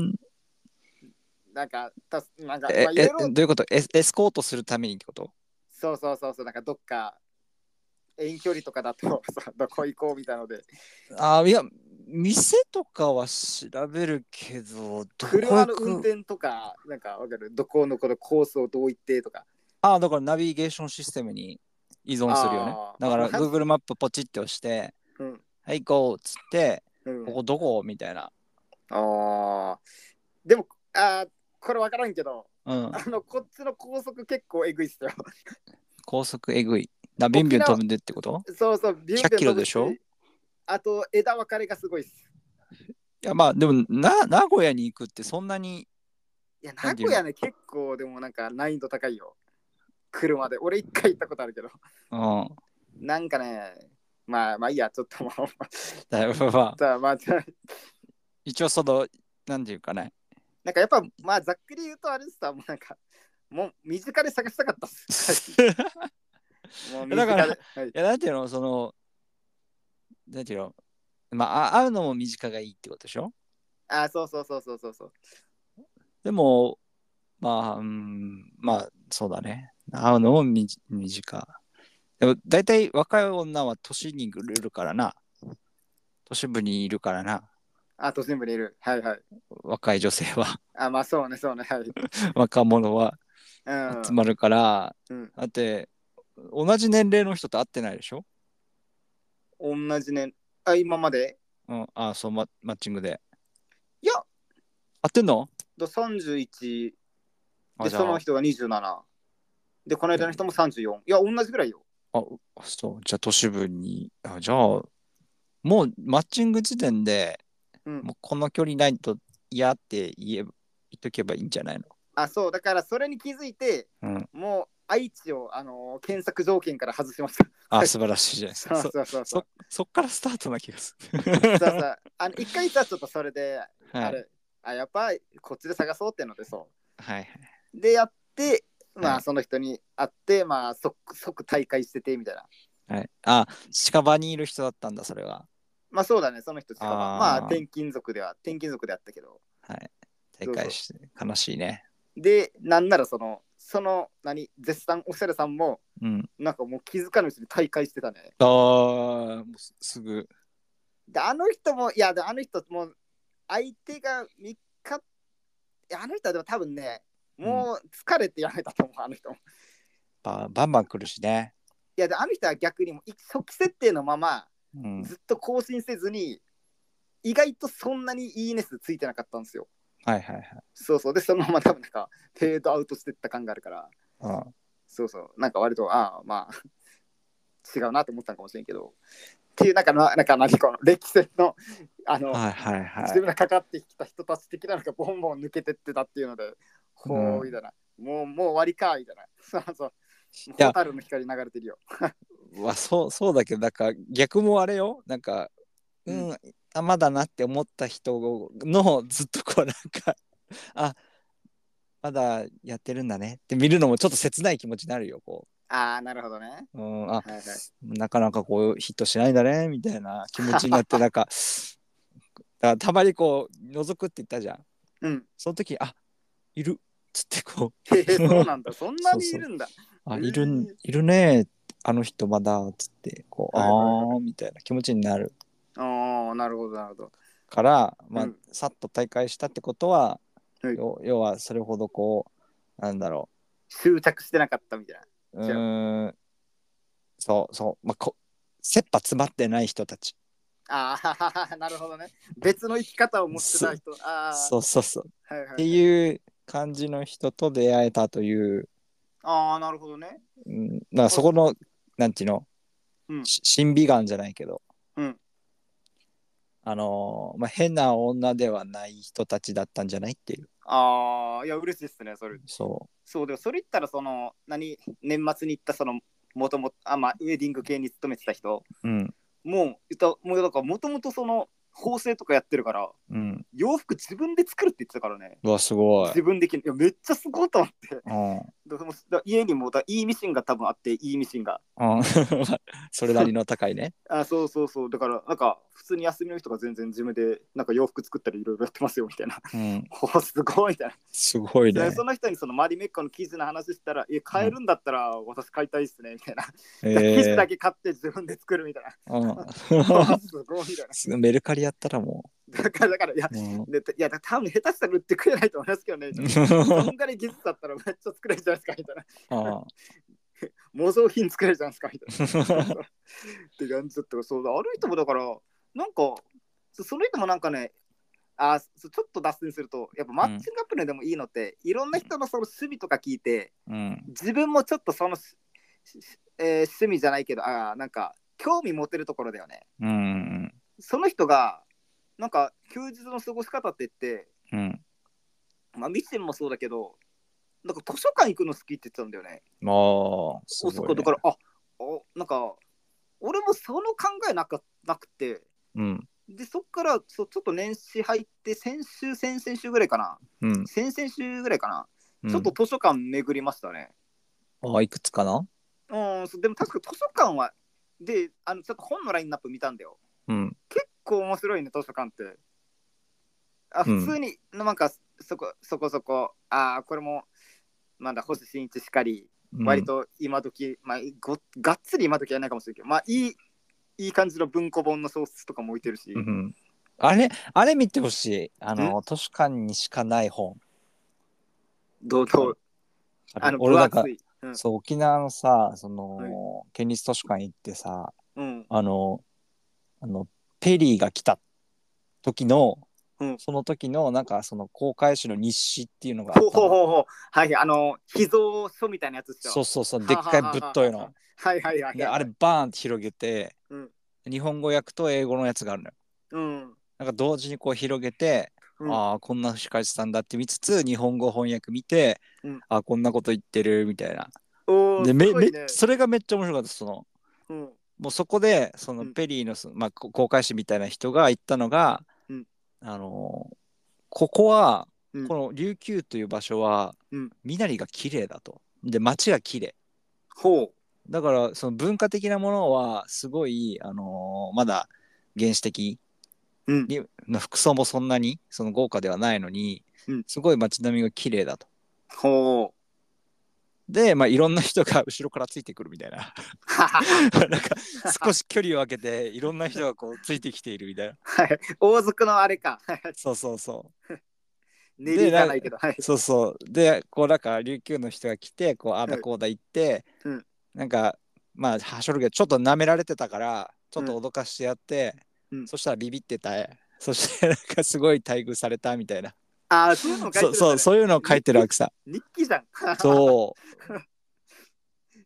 A: なんか、たなんか、
B: まあ、え、どういうことエス、エスコートするためにってこと。
A: そうそうそうそう、なんかどっか遠距離とかだとどこ行こうみたいなので。
B: ああ、いや、店とかは調べるけど、
A: どこ車の運転とか、なんかわかる、どこのこのコースをどう行ってとか。
B: ああ、だからナビゲーションシステムに依存するよね。だから Google マップポチって押して、うん、はい、行こうっつって、うん、ここどこみたいな。あ
A: あ、でも、あこれ分からんけど、うん、あのこっちの高速結構えぐいっすよ。
B: 高速えぐい。なビュンビュン飛んでってこと？
A: そうそう、ビュンビュン飛んで。ひゃっキロでしょ？あと枝分かれがすごいっす。
B: いやまあでもな名古屋に行くってそんなに。
A: いや名古屋ね結構でもなんか難易度高いよ。車で。俺一回行ったことあるけど。うん。なんかね、まあまあいいや、ちょっともう。だいぶまあ。まあ、
B: 一応その、なんていうかね。
A: なんかやっぱまあざっくり言うとあれさ、もうなんか、もう身近で探したかったっす。
B: もう身近で。だから、はい、いやなんていうの、その、なんていうの、まあ会うのも身近がいいってことでしょ。
A: あ、そうそうそうそうそうそう。
B: でも、まあ、うん、まあ、そうだね。会うのも身近。でも、大体若い女は都市にいるからな。都市部にいるからな。
A: あ、都心部にいる。はいはい。
B: 若い女性は。
A: あ、まあそうね、そうね。はい。
B: 若者は集まるから、うん、だって、同じ年齢の人と会ってないでしょ。
A: 同じ年、あ、今まで。
B: うん、あ、そう、マッチングで。
A: いや、
B: 合ってんの？
A: さんじゅういちで、その人がにじゅうななで、この間の人もさんじゅうよん。いや、同じぐらいよ。
B: あ、そう。じゃあ都市部に、あ、じゃあ、もうマッチング時点で、うん、もうこの距離ないと嫌って言え、言っとけばいいんじゃないの？
A: あ、そう、だからそれに気づいて、うん、もう愛知を、あのー、検索条件から外しました。
B: あ、素晴らしいじゃないですか。そうそうそうそう。そ, そっからスタートな気がする。
A: そうそう。あの、いっかげつはちょっとそれで、はい、あれ、あ、やっぱこっちで探そうっていうので、そう。はいはい。で、やって、まあ、はい、その人に会って、まあ、即、即大会してて、みたいな。
B: はい。あ、近場にいる人だったんだ、それは。
A: まあ、そうだね、その人近場。まあ、転勤族では、転勤族であったけど。
B: はい。大会して、悲しいね。
A: で、なんならその、その、何、絶賛おしゃれさんも、
B: うん、
A: なんかもう気づかぬうちに大会してたね。
B: ああ、もうすぐ。
A: で、あの人も、いや、であの人も、相手がみっか、あの人はでも多分ね、もう疲れてやめたと思う、あの人も。
B: ババンバン来るしね。
A: いや、で、あの人は逆にも初期設定のまま、
B: うん、
A: ずっと更新せずに、意外とそんなにいいね数ついてなかったんですよ。
B: はいはいはい。
A: そうそう。で、そのまま多分なんか、フェードアウトしてった感があるから、
B: うん、
A: そうそう。なんか割と、ああ、まあ、違うなと思ったのかもしれんけど、っていう、なんか、なんか何この歴戦の、あの、
B: はいはいはい。
A: 自分がかかってきた人たち的なのがボンボン抜けてってたっていうので、ほう、みたいな。もう、もう終わりか、みたいな。そうそう。ホタルの光流れてるよ。
B: わそうそうだけど、なんか逆もあれよ。なんか、うん、うん、あまだなって思った人のずっとこうなんかあまだやってるんだねって見るのもちょっと切ない気持ちになるよ。こう
A: ああ、なるほどね。
B: うん、あ、
A: はいはい、
B: なかなかこうヒットしないんだねみたいな気持ちになってなんかだたまにこう覗くって言ったじゃん。
A: うん。
B: その時あいるっつってこ
A: う。へえ、そうなんだ。そんなにいるんだ。
B: そうそうあいるいるねあの人まだっつってこう、はいはいはい、ああみたいな気持ちになる。
A: ああ、なるほどなるほど。
B: から、まあ、うん、さっと大会したってことは、はい、要はそれほどこうなんだろ
A: う執着してなかったみたいな。
B: うーんそうそうまあこ切羽詰まってない人たち。
A: ああ、なるほどね。別の生き方を持ってた人。あ
B: そうそうそう、はいはいはい、っていう感じの人と出会えたという。
A: ああ、なるほどね。
B: うん、まあそこのなんていうの、うん、審美眼じゃないけど、うん、あのー、まあ変な女ではない人たちだったんじゃないっていう。
A: ああ、いや嬉しいっすねそれ。
B: そう。
A: そうでもそれ言ったらその何年末に行ったそのもともとあまあウェディング系に勤めてた人、うん、もうもうだからもともとその縫製とかやってるから、うん、洋服自分で作るって言ってたからね。
B: うわすごい。
A: 自分で着る。いやめっちゃすごいと思って。うん、だだ家にもだいいミシンが多分あっていいミシンが。うん、
B: それなりの高いね。
A: あそうそうそうだからなんか普通に休みの人が全然自分でなんか洋服作ったりいろいろやってますよみたいな。うん、おすごいみたいな。
B: すごいね。
A: その人にそのマリメッコの生地の話したら、え買えるんだったら私買いたいっすねみたいな。えー、生地だけ買って自分で作るみたいな。うん、す
B: ごいみたいな。メルカリやったらもう。
A: だからだからいや、うん、でいや多分下手したら売ってくれないと思いますけどね。そんぐらい技術だったらめっちゃ作れるじゃないですかみたいな。模造品作れるじゃないですかみたいな。って感じだったらそうだある人もだからなんかその人もなんかねあちょっと脱線するとやっぱマッチングアプリでもいいのって、うん、いろんな人のその趣味とか聞いて、うん、自分もちょっとその、えー、趣味じゃないけどあなんか興味持てるところだよね、うん、その人がなんか休日の過ごし方って言って、うん、まあミシンもそうだけどなんか図書館行くの好きって言ってたんだよね。ああ、すごいね。だからあおなんか俺もその考えなかなくて、うん、でそっからそちょっと年始入って先週先々週ぐらいかな、うん、先々週ぐらいかな、うん、ちょっと図書館巡りましたね。
B: ああいくつかな。
A: うんでも確か図書館はであのちょっと本のラインナップ見たんだよ、うん、結構面白いね図書館って。あ普通に、うん、なんかそこそこそこあこれもまだ星新一しかり、割と今時、まあ、ごがっつり今時はないかもしれないけど、まあいいいい感じの文庫本の小説とかも置いてるし、うん、
B: あれあれ見てほしい。あの図書館にしかない本。
A: どうどう
B: あの俺なんか、うん、そう沖縄のさその、はい、県立図書館行ってさ、うん、あのあのペリーが来た時のうん、その時のなんかその航海士の日誌っていうのがあったの。
A: ほうほうほうはいあの秘蔵書みたいなやつっしょ。
B: そうそうそうでっかいぶっといの。
A: はいはいはい、はい、
B: であれバーンって広げて、うん、日本語訳と英語のやつがあるのよ。うん、なんか同時にこう広げて、うん、ああこんな司会さんだって見つつ日本語翻訳見て、うん、あこんなこと言ってるみたいな。でめめそれがめっちゃ面白かったその、うん、もうそこでそのペリーの、まあ、航海士みたいな人が言ったのが、うん、あのー、ここは、うん、この琉球という場所は、うん、身なりが綺麗だと。で街が綺麗。ほう。だからその文化的なものはすごい、あのー、まだ原始的に、うん、服装もそんなにその豪華ではないのに、うん、すごい街並みが綺麗だと。
A: ほう。
B: で、まあ、いろんな人が後ろからついてくるみたいな。なんか少し距離を空けていろんな人がこうついてきているみたいな。
A: はい。王族のあれか。
B: そうそうそう。
A: 練りじゃないけど。はい。
B: そうそう。で、こうなんか琉球の人が来て、こうあだこうだ言って、
A: はい、うん、
B: なんかまあはしょるけどちょっと舐められてたからちょっと脅かしてやって、うん、そしたらビビってた。そしてなんかすごい待遇されたみたいな。
A: ああ、そういうの書いてるんだ、ね、
B: そう、そういうのを書いてるわけさ。
A: 日記じゃん。
B: そう。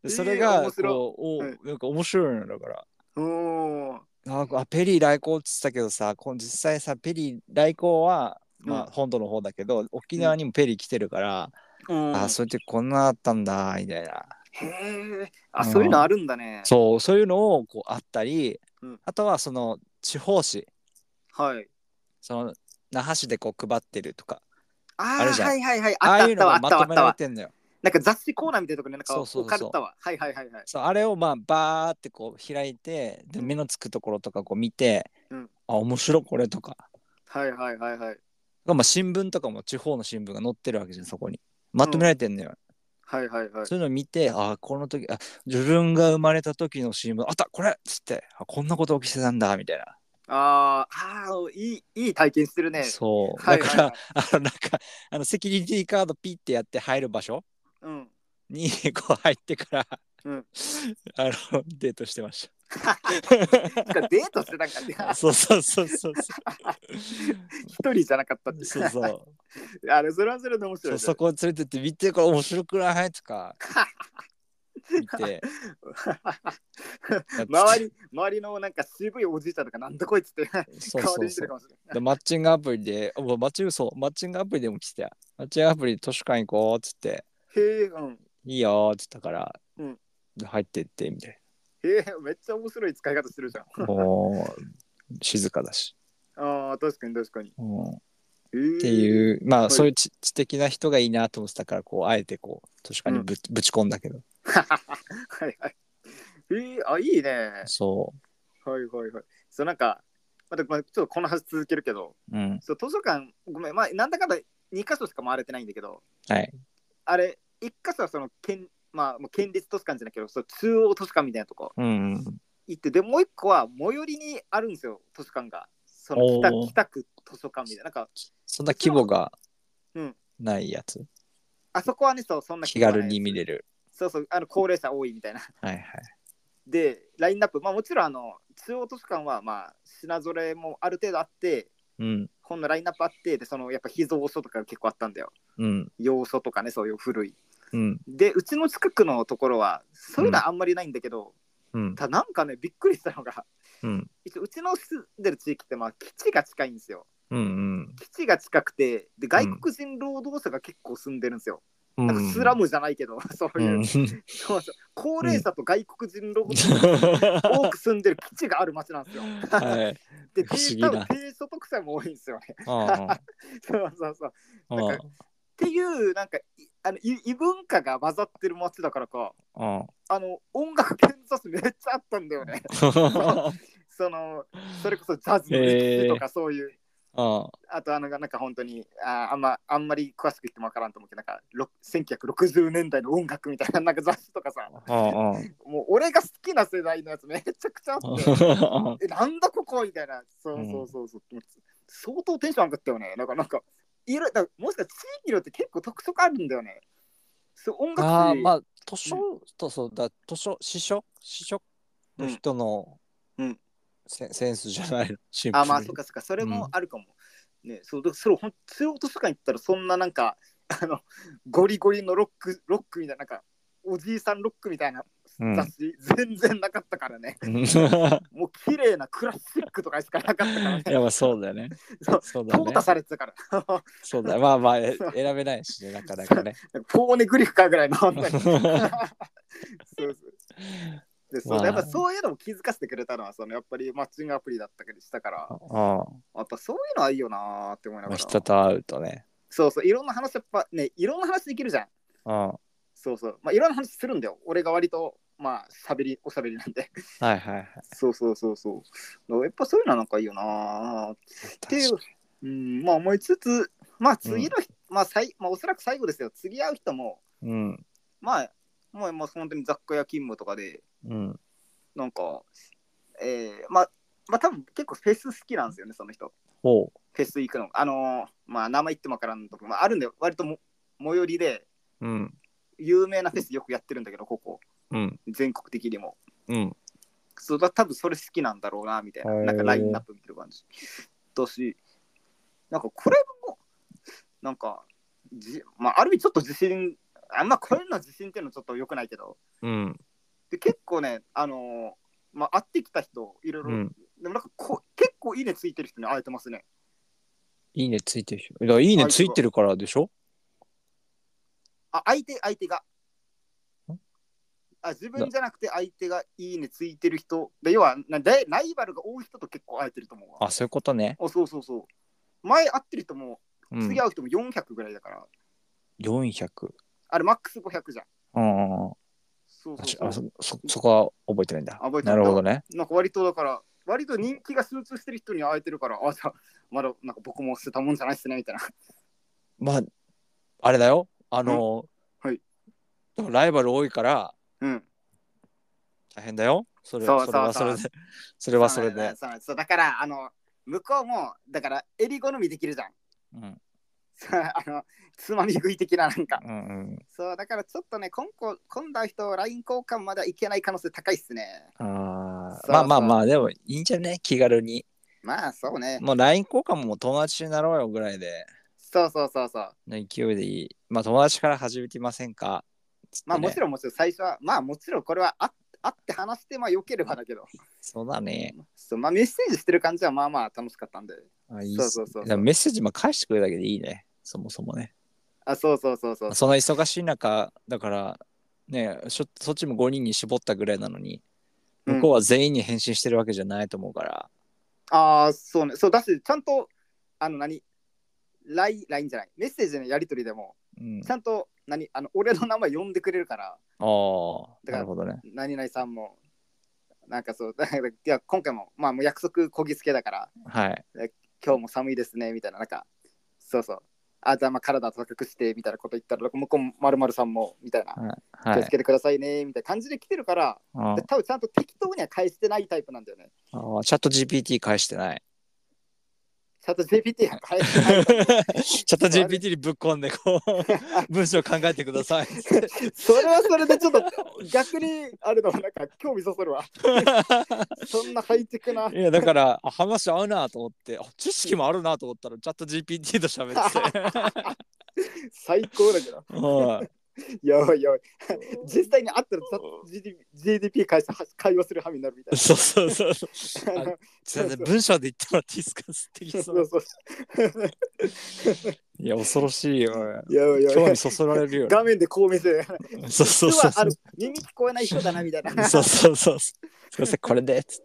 B: それがこう、お、なんか面白いのだから。おあ、ペリー来航って言ったけどさ、実際さ、ペリー来航は、まあ、本土の方だけど、うん、沖縄にもペリー来てるから、うん、あ、それってこんなあったんだ、みたいな。
A: へえ、あ、うん、そういうのあるんだね。
B: そう、そういうのをこうあったり、うん、あとはその地方紙。
A: はい。
B: その那覇市でこう配ってるとか。
A: あるじゃん。はいはいはい。
B: ああいうのがまとめられてんのよ。
A: なんか雑誌コーナーみたいなところになんか置かれたわ。はいはいはいはい。
B: そう、あれをまあバーってこう開いて、で目のつくところとかこう見て、うん、あ、面白いこれとか。
A: はいはいはいはい。
B: まあ新聞とかも地方の新聞が載ってるわけじゃん、そこに。まとめられてんのよ。
A: うん、はいはいはい。
B: そういうのを見て、あ、この時、あ、自分が生まれた時の新聞、あったこれっつって、あ、こんなこと起きてたんだみたいな。
A: ああ、いい、いい体験してるね。
B: そう。だから、はいはいはい、あの、なんか、あの、セキュリティカードピッてやって入る場所、うん、に、こう入ってから、うん、あの、デートしてました。
A: デートしてたんかね。
B: そうそうそうそう。
A: 一人じゃなかったって。
B: そうそう。
A: あれ、それはそれで面白い。
B: そこを連れてって、見て、これ面白くないとか。見て
A: 周り周りのなんか渋いおじいちゃんとかなんだこいつって
B: そうそうそうでマッチングアプリでマッチングそうマッチングアプリでも来てたマッチングアプリで図書館行こうっつって
A: へえ、うん、
B: いいよっつったから、うん、入ってってみたい
A: な。へえ、めっちゃ面白い使い方してるじゃん。
B: もう静かだし。
A: ああ、確かに確かに、
B: うんっていうまあ、はい、そういう知的な人がいいなと思ってたからこうあえてこう図書館に ぶ,、うん、ぶち込んだけど
A: はいはいえー、あいいね
B: そう
A: はいはいはいそうなんかまた、まあ、ちょっとこの話続けるけど、うん、そう図書館ごめんまあなんだかんだにかしょしか回れてないんだけど、
B: はい、
A: あれいっかしょはその県まあもう県立図書館じゃないけどそう中央図書館みたいなとこ、うんうん、行ってでもう一個は最寄りにあるんですよ図書館がその北北区図書館みたいななんか
B: そんな規模がないやつ、うん、
A: あそこはねそうそんな
B: 気軽に見れる
A: そうそうあの高齢者多いみたいな
B: はいはい
A: でラインナップまあもちろんあの中央図書館はまあ品揃えもある程度あって、うん、本のラインナップあってでそのやっぱ秘蔵書とか結構あったんだよ、うん、洋書とかねそういう古い、うん、でうちの近くのところはそういうのはあんまりないんだけど、うん、ただなんかねびっくりしたのが、うん、一応うちの住んでる地域ってまあ基地が近いんですよ、うんうん、基地が近くてで外国人労働者が結構住んでるんですよ、うん、なんかスラムじゃないけど、うん、そういう、うん、そうそう高齢者と外国人労働者が多く住んでる基地がある町なんですよ、はい、で低所得者も多いんですよねそうそうそうなんかっていうなんかあの異文化が混ざってる街だからかあの音楽検査めっちゃあったんだよねそのそれこそジャズの歴史とかそういう、えー、あ, あとあのなんか本当に あ, あ, んまあんまり詳しく言っても分からんと思うけどなんかせんきゅうひゃくろくじゅうねんだいの音楽みたいななんか雑誌とかさもう俺が好きな世代のやつめちゃくちゃあってえなんだここみたいなそうそうそうそう、うん、相当テンション上がったよねなんかなんかいろだもしかしたら地域によって結構特色あるんだよねそう音楽
B: あまあ図書とそうだ図書司書司書の人の、うんうんセ, センスじゃないのシンプルに
A: あまあそっかそっかそれもあるかも、うん、ねそうそれほん中央図書館行ったらそんななんかあのゴリゴリのロックロックみたいななんかおじいさんロックみたいな雑誌、うん、全然なかったからねもう綺麗なクラシックとかしかなかったからね
B: いやまあそうだよね
A: そうそうだね淘汰されてたから
B: そうだまあまあ選べないしねなかなかね
A: ポーネグリフかぐらいのそうそうでそう、まあ、やっぱそういうのも気づかせてくれたのはそのやっぱりマッチングアプリだったりしたからあやっぱそういうのはいいよなって思いながら、まあ、
B: 人と会うとね
A: そうそういろんな話やっぱねいろんな話できるじゃんあそうそうまあいろんな話するんだよ俺が割とまあしゃべりおしゃべりなんで
B: はいはいはい
A: そうそうそうそうやっぱそういうのはなんかいいよなっていううんまあ思いつつまあ次の日、 まあ、さいまあ、おそらく最後ですよ。次会う人も、
B: うん、
A: まあ、もう、もう本当に雑貨屋勤務とかで、
B: うん、
A: なんか、えー、まあ、まあ、多分結構フェス好きなんですよね、その人。
B: ほう。
A: フェス行くの。あのー、まあ、名前言ってもわからんとこ、まあ、あるんで、割とも最寄りで、
B: うん、
A: 有名なフェスよくやってるんだけど、ここ。
B: うん、
A: 全国的にも。
B: うん。
A: そうだ、多分それ好きなんだろうな、みたいな。なんかラインナップ見てる感じ。だし、なんかこれも、なんか、じまあ、ある意味ちょっと自信、あんまこういうのは自信っていうのはちょっと良くないけど、
B: うん、
A: で結構ね、あのー、まあ、会ってきた人、いろいろ、うん、でもなんかこ結構いいねついてる人に会えてますね。
B: いいねついてる人。だからいいねついてるからでしょ？
A: あ、相手、相手が。あ、自分じゃなくて相手がいいねついてる人で、要はなライバルが多い人と結構会えてると思うわ。
B: あ、そういうことね。
A: あ、そうそうそう。前会ってる人も、次会う人もよんひゃくぐらいだから。うん、
B: よんひゃく。
A: あれ、マックスごひゃくじゃん。
B: うん。
A: そうそうそう。
B: あ、そ、そ、そこは覚えてないんだ。
A: 覚えてない。
B: なるほどね。
A: なんか割とだから、割と人気が集中してる人に会えてるから、あ、じゃあ、まだなんか僕も捨てたもんじゃないっすね、みたいな。
B: まあ、あれだよ。あの、
A: はい。
B: ライバル多いから、
A: うん。
B: 大変だよ。それ、
A: そうそうそう、
B: それはそれで。それはそれで。
A: そうそうそう、だから、あの、向こうも、だから、襟好みできるじゃん。うん。あの、つまみ食い的ななんか。うんうん、そう、だからちょっとね、今後、今度人、ライン 交換まではいけない可能性高いっすね。
B: ああ、まあまあまあ、でもいいんじゃね、気軽に。
A: まあ、そうね。
B: もう ライン 交換も友達になろうよぐらいで。
A: そうそうそうそう。
B: の勢いでいい。まあ、友達から始めてませんか、
A: ね、まあ、もちろんもちろん最初は、まあ、もちろんこれはあ会って話して、まあ、よければだけど。
B: そうだね。
A: そう、まあ、メッセージしてる感じは、まあまあ、楽しかったんで。
B: あ、いいっす。そうそうそうそう。メッセージも返してくれるだけでいいね。そもそもね。
A: あ、そうそうそうそう。
B: その忙しい中、だから、ね、そっちもごにんに絞ったぐらいなのに、向こうは全員に返信してるわけじゃないと思うから。
A: うん、ああ、そうね。そうだし、ちゃんと、あの何、ライン、ラインじゃない、メッセージのやり取りでも、うん、ちゃんと何あの俺の名前呼んでくれるから。あ
B: あ、なるほどね。
A: 何々さんも、なんかそう、だからいや今回も、まあ、もう約束こぎつけだから、
B: はい、
A: 今日も寒いですね、みたいな、なんか、そうそう。あ、じゃあまあ体高くして、みたいなこと言ったら、向こうもまるまるさんも、みたいな、はい、気をつけてくださいね、みたいな感じで来てるから、で多分ちゃんと適当には返してないタイプなんだよね。
B: ああ、チャット ジーピーティー 返してない。
A: チャット ジーピーティー は返してない。
B: チャット ジーピーティー にぶっ込んでこう文章考えてください。
A: それはそれでちょっと逆にあるのはなんか興味そそるわ。そんなハイテクな。
B: いやだから話合うなと思って、あ、知識もあるなと思ったらチャット ジーピーティー と喋って。
A: 最高だけど。はい。やばいやばい。実際に会ったら ジーディーピー 返して会話するはみになるみたいな。
B: そうそうそうそう。文章で言ってもらっていいですかって言いそう。そうそういや恐ろしいよ。やばいやばい。興味そそられるよ。
A: 画面でこう見せ。
B: そうそうそう。
A: あの耳聞こえない人だなみたいな。
B: そうそうそう。すいませんこれでっつって。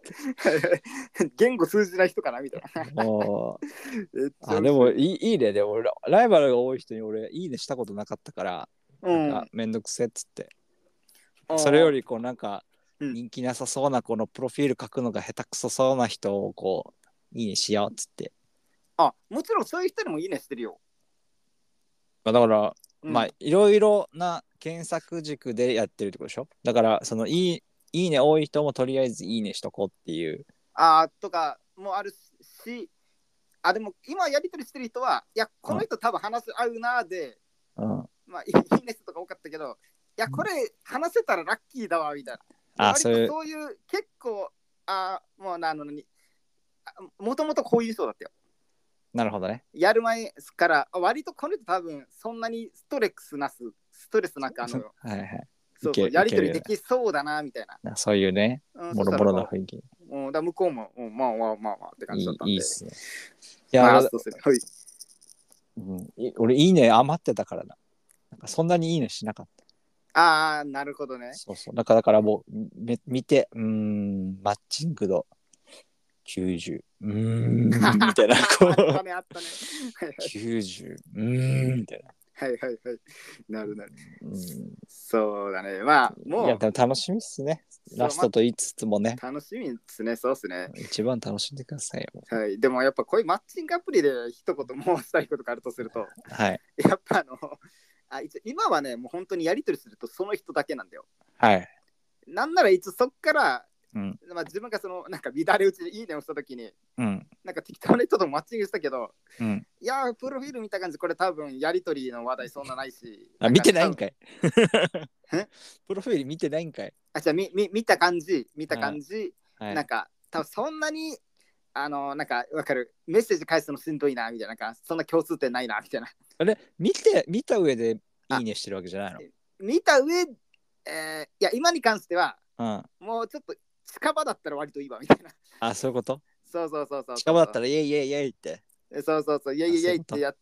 A: 言語通じない人かなみたいな。
B: あでもいいいいね。でもライバルが多い人に俺いいねしたことなかったから。なんかめんどくせっつって、うん、それよりこうなんか人気なさそうなこのプロフィール書くのが下手くそそうな人をこういいねしようっつって。
A: あ、もちろんそういう人にもいいねしてるよ。
B: だから、うん、まあいろいろな検索軸でやってるってことでしょ。だからそのいいいいね多い人もとりあえずいいねしとこうっていう。
A: あとかもあるし、あでも今やり取りしてる人はいやこの人多分話す合うなーで。うんまあ、いいねとか多かったけど、いや、これ話せたらラッキーだわ、みたいな。あそういう、そういう結構、あもうなのに、もともとこういう人だったよ。
B: なるほどね。
A: やる前から、割とこの人多分、そんなにストレスなす、ストレスなく、あの、はいはい。そうそうやりとりできそうだな、みたいな。
B: そういうね、もろもろな雰囲気。
A: うん、だ向こうも、うん、まあまあまあまあって感じだったんで。いいっすね。
B: いや、まあ、そうですね。はい。うん、俺、いいね余ってたからな。なんかそんなにいいねしなかった。
A: ああ、なるほどね。
B: そうそう。だから、だからもう、め見て、うーん、マッチング度きゅうじゅう、うーん、みたいな。こうあったね、あったね。きゅうじゅう、うーん、みたいな。
A: はいはいはい。なるなる。うん、そうだね。まあ、もう。
B: いや、でも楽しみっすね。ラストと言いつつもね。
A: まあ、楽しみですね、そうっすね。
B: 一番楽しんでくださいよ。
A: はい。でもやっぱこういうマッチングアプリで一言もうしたいことがあるとすると、
B: はい。
A: やっぱあの、あ一今はね、もう本当にやり取りするとその人だけなんだよ。
B: はい。
A: なんなら一応そっから、
B: うん、
A: まあ、自分がそのなんか乱れ打ちでいいねをしたときに、
B: うん、
A: なんか適当な人とマッチングしたけど、
B: うん、
A: いやー、プロフィール見た感じ、これ多分やりとりの話題そんなないし。
B: あ、見てないんかい。
A: え
B: プロフィール見てないんかい。
A: あ、じゃあみみ見た感じ、見た感じ、
B: はい、
A: なんか多分そんなに、あのなんかわかる、メッセージ返すのしんどいなみたいな、なんかそんな共通点ないなみたいな。
B: あれ、見て、見た上でいいねしてるわけじゃないの？
A: 見た上、えー、いや、今に関しては、
B: うん、
A: もうちょっと近場だったら割といいわみたいな。
B: あ、そういうこと？
A: そうそうそうそう。
B: 近場だったらイエイイエイイエイって。
A: そうそうそう、イエイイエイってやって、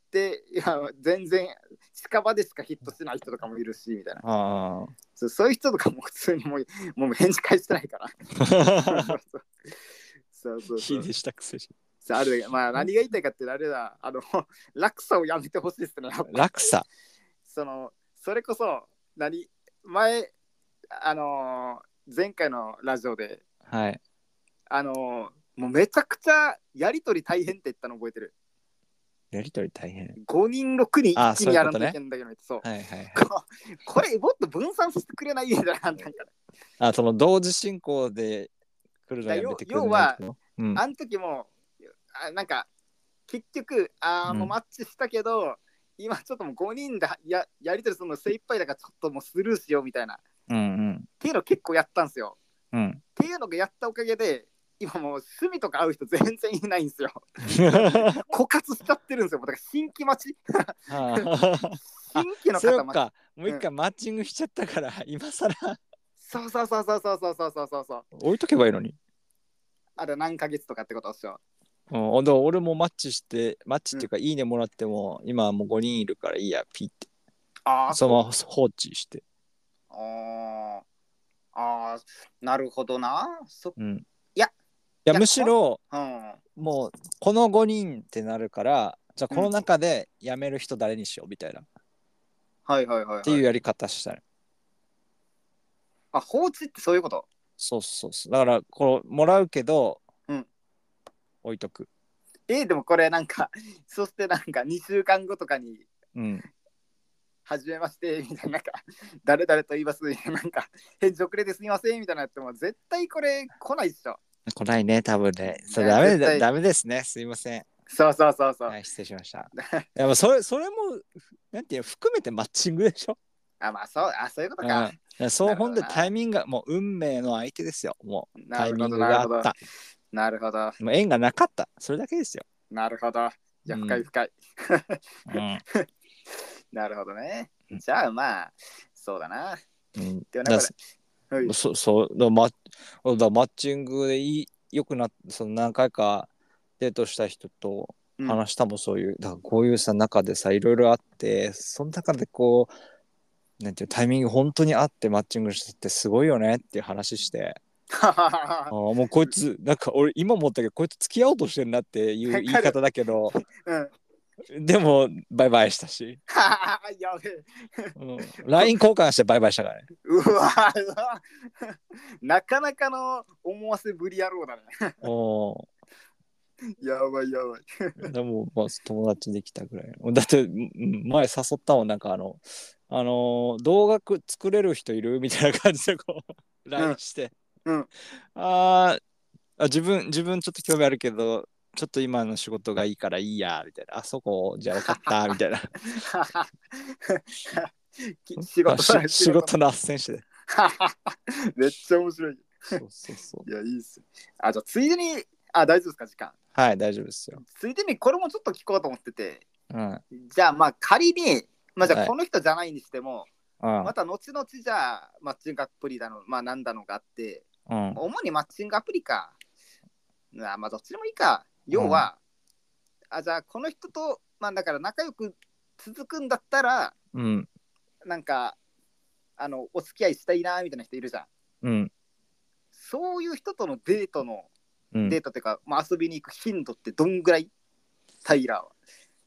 A: いや、全然近場でしかヒットしない人とかもいるし、みたいな。
B: あ
A: そう、そういう人とかも普通にもう、もう返事返してないから。そうそうそう。
B: いいでしたくせに。
A: ある、まあ何が言いたいかってあれだ、あの、落差をやめてほしいですね。
B: 落差
A: その、それこそ、何前、あのー、前回のラジオで、
B: はい。
A: あのー、もうめちゃくちゃやりとり大変って言ったの覚えてる。
B: やりとり大変。
A: ごにんろくにん一気にやらなきゃいけないんだけど、そう。
B: はいはいはい、
A: これもっと分散させてくれないんじゃないかな。
B: あ、その同時進行で来るのやめてくれない。要は、
A: うん、あの時もあなんか結局あ、うん、もうマッチしたけど、今ちょっともうごにんで や, やりとりするの精一杯だからちょっともうスルーしようみたいな、
B: うんうん、
A: っていうの結構やったんですよ、
B: うん、
A: っていうのがやったおかげで今もう趣味とか会う人全然いないんですよ枯渇しちゃってるんですよ。だから新規待ち新規の方
B: 待ち。そうか、もう一回マッチングしちゃったから、うん、今更
A: そうそうそうそうそうそうそうそうそう
B: 置いとけばいいのに。
A: あれ何ヶ月とかってことっしょ。
B: うん、俺もマッチしてマッチっていうか、うん、いいねもらっても今はもうごにんいるからいいやピッて、あそのまま放置して。
A: ああ、なるほどな。そ、うん、いや
B: いやむしろ、うん、もうこのごにんってなるから、じゃあこの中で辞める人誰にしようみたいな、うん、
A: はいはいはい、はい、
B: っていうやり方したい。
A: あ、放置ってそういうこと？
B: そうそうそう。だからこうもらうけど、うん、置いとく。
A: えー、でもこれなんかそしてなんかにしゅうかんごとかに、うん、はじめましてみたいな、なんか誰々と言いますなんか返事遅れてすみませんみたいなやっても絶対これ来ないっしょ。
B: 来ないね多分ね。それダメだダメですね。すいません。
A: そうそうそうそう。
B: はい、失礼しました。でもそれそれもなんていう含めてマッチングでしょ。
A: あ、まあそう、あ、そういうことか。
B: うん、そうほんでタイミングがもう運命の相手ですよ。もうタイミングがあった。
A: なるほど。
B: もう縁がなかった。それだけですよ。
A: なるほど。じゃあ深い深い。うん、なるほどね。じゃあまあそうだな。うん、では
B: はい、そそうだマだマッチングでいいよくなってその何回かデートした人と話したもそういう、うん、だからこういうさ中でさいろいろあってその中でこうなんていうタイミング本当にあってマッチングしてってすごいよねっていう話してあもうこいつなんか俺今思ったけどこいつ付き合おうとしてるなっていう言い方だけど、うん、でもバイバイしたしやべえ、うん、ライン 交換してバイバイしたからね。
A: うわなかなかの思わせぶり野郎だね。おやばいやば
B: い。でも、まあ、友達できたぐらい。だって前誘ったもんなんかあのあの動画作れる人いるみたいな感じでこう ライン して、うんうん、ああ自分自分ちょっと興味あるけどちょっと今の仕事がいいからいいやみたいな、あそこじゃあ分かったみたいな仕事仕, 仕事の斡旋して
A: めっちゃ面白い。そうそうそう。いやいいっす。あ、じゃあついでに、あ、大丈夫ですか時間。
B: はい大丈夫ですよ。
A: ついでにこれもちょっと聞こうと思ってて、うん、じゃあまあ仮にまあじゃあこの人じゃないにしても、はい、また後々じゃあマッチングアプリだのまあなんだのがあって、うん、主にマッチングアプリか、あまあどっちでもいいか。要は、うん、あじゃあこの人とまあだから仲良く続くんだったら、うん、なんかあのお付き合いしたいなみたいな人いるじゃん、うん、そういう人とのデートの、うん、デートっていうか、まあ、遊びに行く頻度ってどんぐらい？タイラーは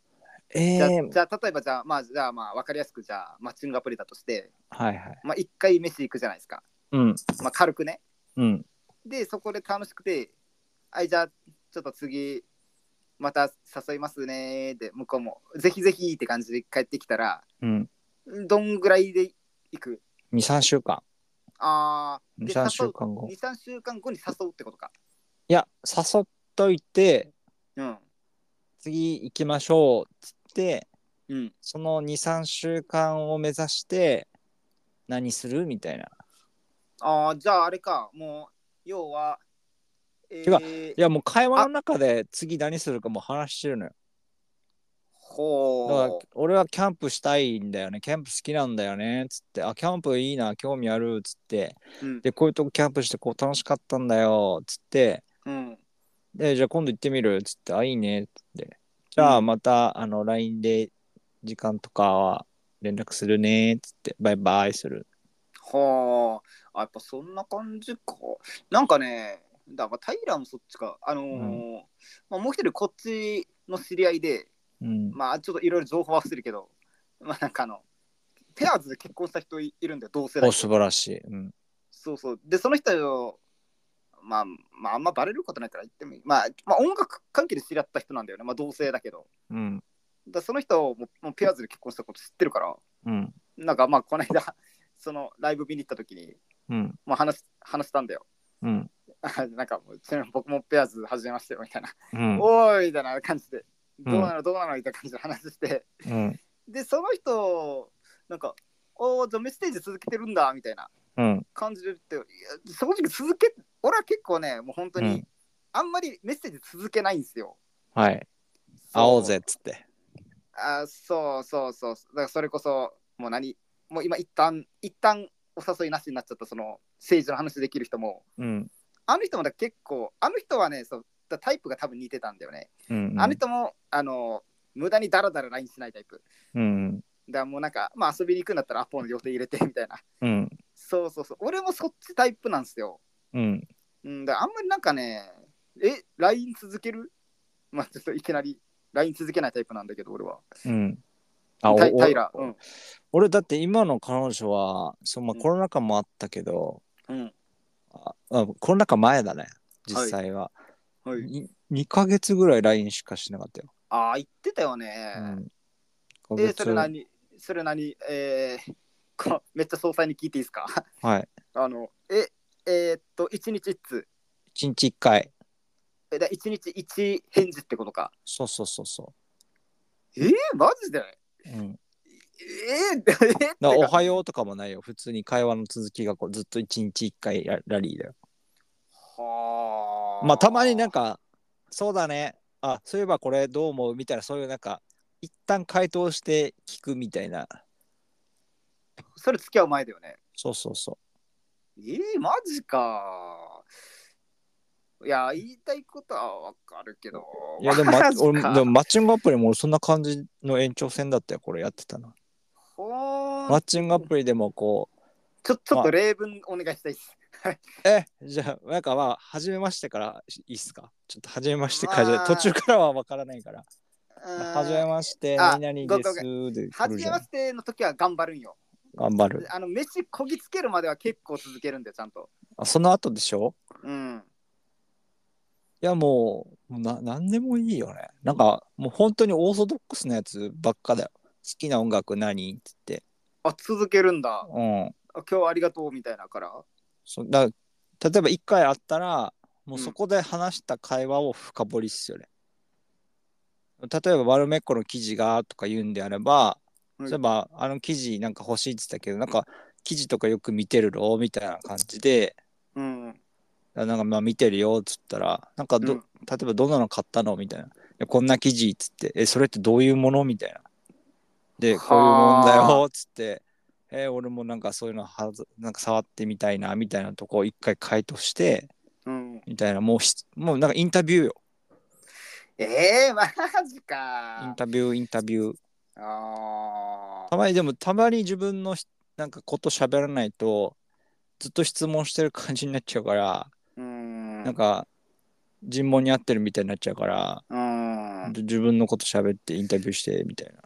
B: え
A: じゃあ、
B: ー、
A: じゃあ例えばじゃあ、まあ、じゃあまあ、わかりやすく、じゃあ、マッチングアプリだとして、
B: はいはい。
A: まあ、一回飯行くじゃないですか。
B: うん。
A: まあ、軽くね。
B: うん。
A: で、そこで楽しくて、はい、じゃあ、ちょっと次、また誘いますねで、向こうも、ぜひぜひって感じで帰ってきたら、
B: うん。
A: どんぐらいで行く？
B: に、さんしゅうかん。
A: あー、
B: に、
A: で、
B: 3週
A: 誘う。
B: 間後。
A: に、さんしゅうかんごに誘うってことか。
B: いや、誘っといて、
A: うん。
B: 次行きましょうっつって、
A: うん。
B: そのに、さんしゅうかんを目指して何するみたいな。
A: あー、じゃああれか、もう、要は、
B: 違う。
A: えー、
B: いや、もう会話の
A: あ、
B: 中で次何するかもう話してるのよ。だから
A: ほ
B: 俺はキャンプしたいんだよね。キャンプ好きなんだよね。つって、あ、キャンプいいな、興味ある。つって、
A: う。うん。
B: で、こういうとこキャンプしてこう楽しかったんだよ。つって、
A: うん。
B: で、じゃあ今度行ってみる。つって、あ、いいね。つって、じゃあ
A: うん。
B: また、あの、ライン で時間とかは連絡するね。つって、バイバイする。
A: はあ、やっぱそんな感じか。なんかね、だからタイラーもそっちか。あのー
B: うん。
A: まあ、もう一人こっちの知り合いで、
B: うん。
A: まあちょっといろいろ情報は伏せるけど、まあなんかあの、ペアーズで結婚した人いるんだよ、同世
B: お、
A: 代で。
B: 素晴らしい。うん。
A: そうそう。で、その人よ、まあ、まあ、あんまバレることないから言ってもいい。まあ、まあ、音楽関係で知り合った人なんだよね。まあ、同性だけど。
B: うん。
A: だその人ももうペアーズで結婚したこと知ってるから、
B: うん。
A: なんかまあ、この間、そのライブ見に行った時に、
B: うん。
A: まあ、話話したんだよ。
B: うん。
A: なんかもう、ちなみに僕もペアーズ始めましたよみたいな。
B: うん。
A: おーいみたいな感じで、
B: うん。
A: どうなのどうなのみたいな感じで話して、
B: うん。
A: で、その人、なんか、おー、じゃあメッセージ続けてるんだみたいな
B: うん。
A: 感じで言って、いや正直続け、俺は結構ね、もう本当に、
B: うん。
A: あんまりメッセージ続けないんですよ。
B: はい。会おうぜ
A: そう。
B: っつって。
A: あ、そうそうそう。だからそれこそ、もう何、もう今一旦、一旦お誘いなしになっちゃった、その政治の話できる人も、
B: うん。
A: あの人もだ結構、あの人はね、そうだタイプが多分似てたんだよね。
B: うん。
A: あの人も、あの、無駄にダラダラ ライン しないタイプ。
B: うん。
A: だからもうなんか、まあ遊びに行くんだったらアポの予定入れてみたいな。
B: うん。
A: そうそうそう。俺もそっちタイプなんですよ。
B: うん。
A: うん、だからあんまりなんかね、え、ライン 続ける？まあちょっといきなり ライン 続けないタイプなんだけど、俺は。
B: うん。あ、
A: タイタイ
B: お、
A: ラー。うん。
B: 俺だって今の彼女は、そう、まあ、
A: うん
B: コロナ禍もあったけど、
A: うん。
B: あ、あコロナ禍前だね、実
A: はい。
B: 際は。
A: はい。
B: ににかげつぐらい ライン しかしなかったよ。
A: ああ、言ってたよ
B: うん。
A: ね。
B: 1
A: えー、それ
B: 月。
A: 何それ何えー、こめっちゃ詳細に聞いていいですか？
B: はい。
A: あの、え、えーっと、いちにちいち通。
B: いちにちいっかい。
A: え、だいちにちいち返事ってことか。
B: そうそうそうそ
A: えー、マジで？
B: う。うん。
A: えー、えー、っ
B: だ
A: てか。
B: おはようとかもないよ。普通に会話の続きがこうずっといちにちいっかいララリーだよ。まあたまになん
A: はあ。
B: か、そうだね。あ、そういえばこれどう思うみたいな、そういうなんか、一旦回答して聞くみたいな。
A: それ付き合う前だよね。
B: そうそうそ
A: えー、マジか。いや、言いたいことはわかるけど、
B: う。いやでも、ま、
A: マジ
B: 俺でも
A: か。
B: マッチングアプリもそんな感じの延長線だったよ、これやってたの。
A: ほーん。
B: マッチングアプリでもこ
A: ちょ、ち
B: う、まあ、
A: ょっと例文お願いしたいです。
B: え、じゃあ、なんかまあ、初めましてからいいっすか？ちょっと初めましてからじゃ、途
A: まあ、
B: 中からはわからないから。
A: うーん、
B: 初めまして、何
A: あ、
B: 々です
A: ごめんごめん。
B: で来るじゃん。
A: 初めましての時は頑張るんよ。
B: 頑張る。
A: あの、飯こぎつけるまでは結構続けるんで、ちゃんと。
B: あ、その後でしょ？
A: うん。
B: いやもう、もうな、なんでもいいよね。なんか、もう本当にオーソドックスなやつばっかだよ。好きな音楽何っつって。
A: あ、続けるんだ。
B: うん。
A: あ、今日はありがとうみたいなから。
B: そだ例えば一回あったら、もう
A: うん。
B: そこで話した会話を深掘りっすよね。例えば、ワルメッコの記事がとか言うんであれば、
A: はい。
B: そういえば、あの記事なんか欲しいって言ってたけど、なんか記事とかよく見てるろみたいな感じで、
A: うん。
B: なんかまあ見てるよっつったら、なんかど、
A: うん。
B: 例えばどんなの買ったのみたいな。いやこんな記事っつって、え、それってどういうものみたいな。で、こういうもんだよっつって、えー俺もなんかそういうのはずなんか触ってみたいなみたいなとこを一回回答して、
A: うん。
B: みたいな、もうひもうなんかインタビューよ。
A: えー、マジ
B: イン
A: か。
B: タビュー、インタビュー。
A: あ
B: たまにでも、たまに自分のなんかこと喋らないと、ずっと質問してる感じになっちゃうから、
A: ー。うん。
B: なんか尋問に合ってるみたいになっちゃうから、
A: うん。 うん、
B: 自分のこと喋ってインタビューしてみたいな。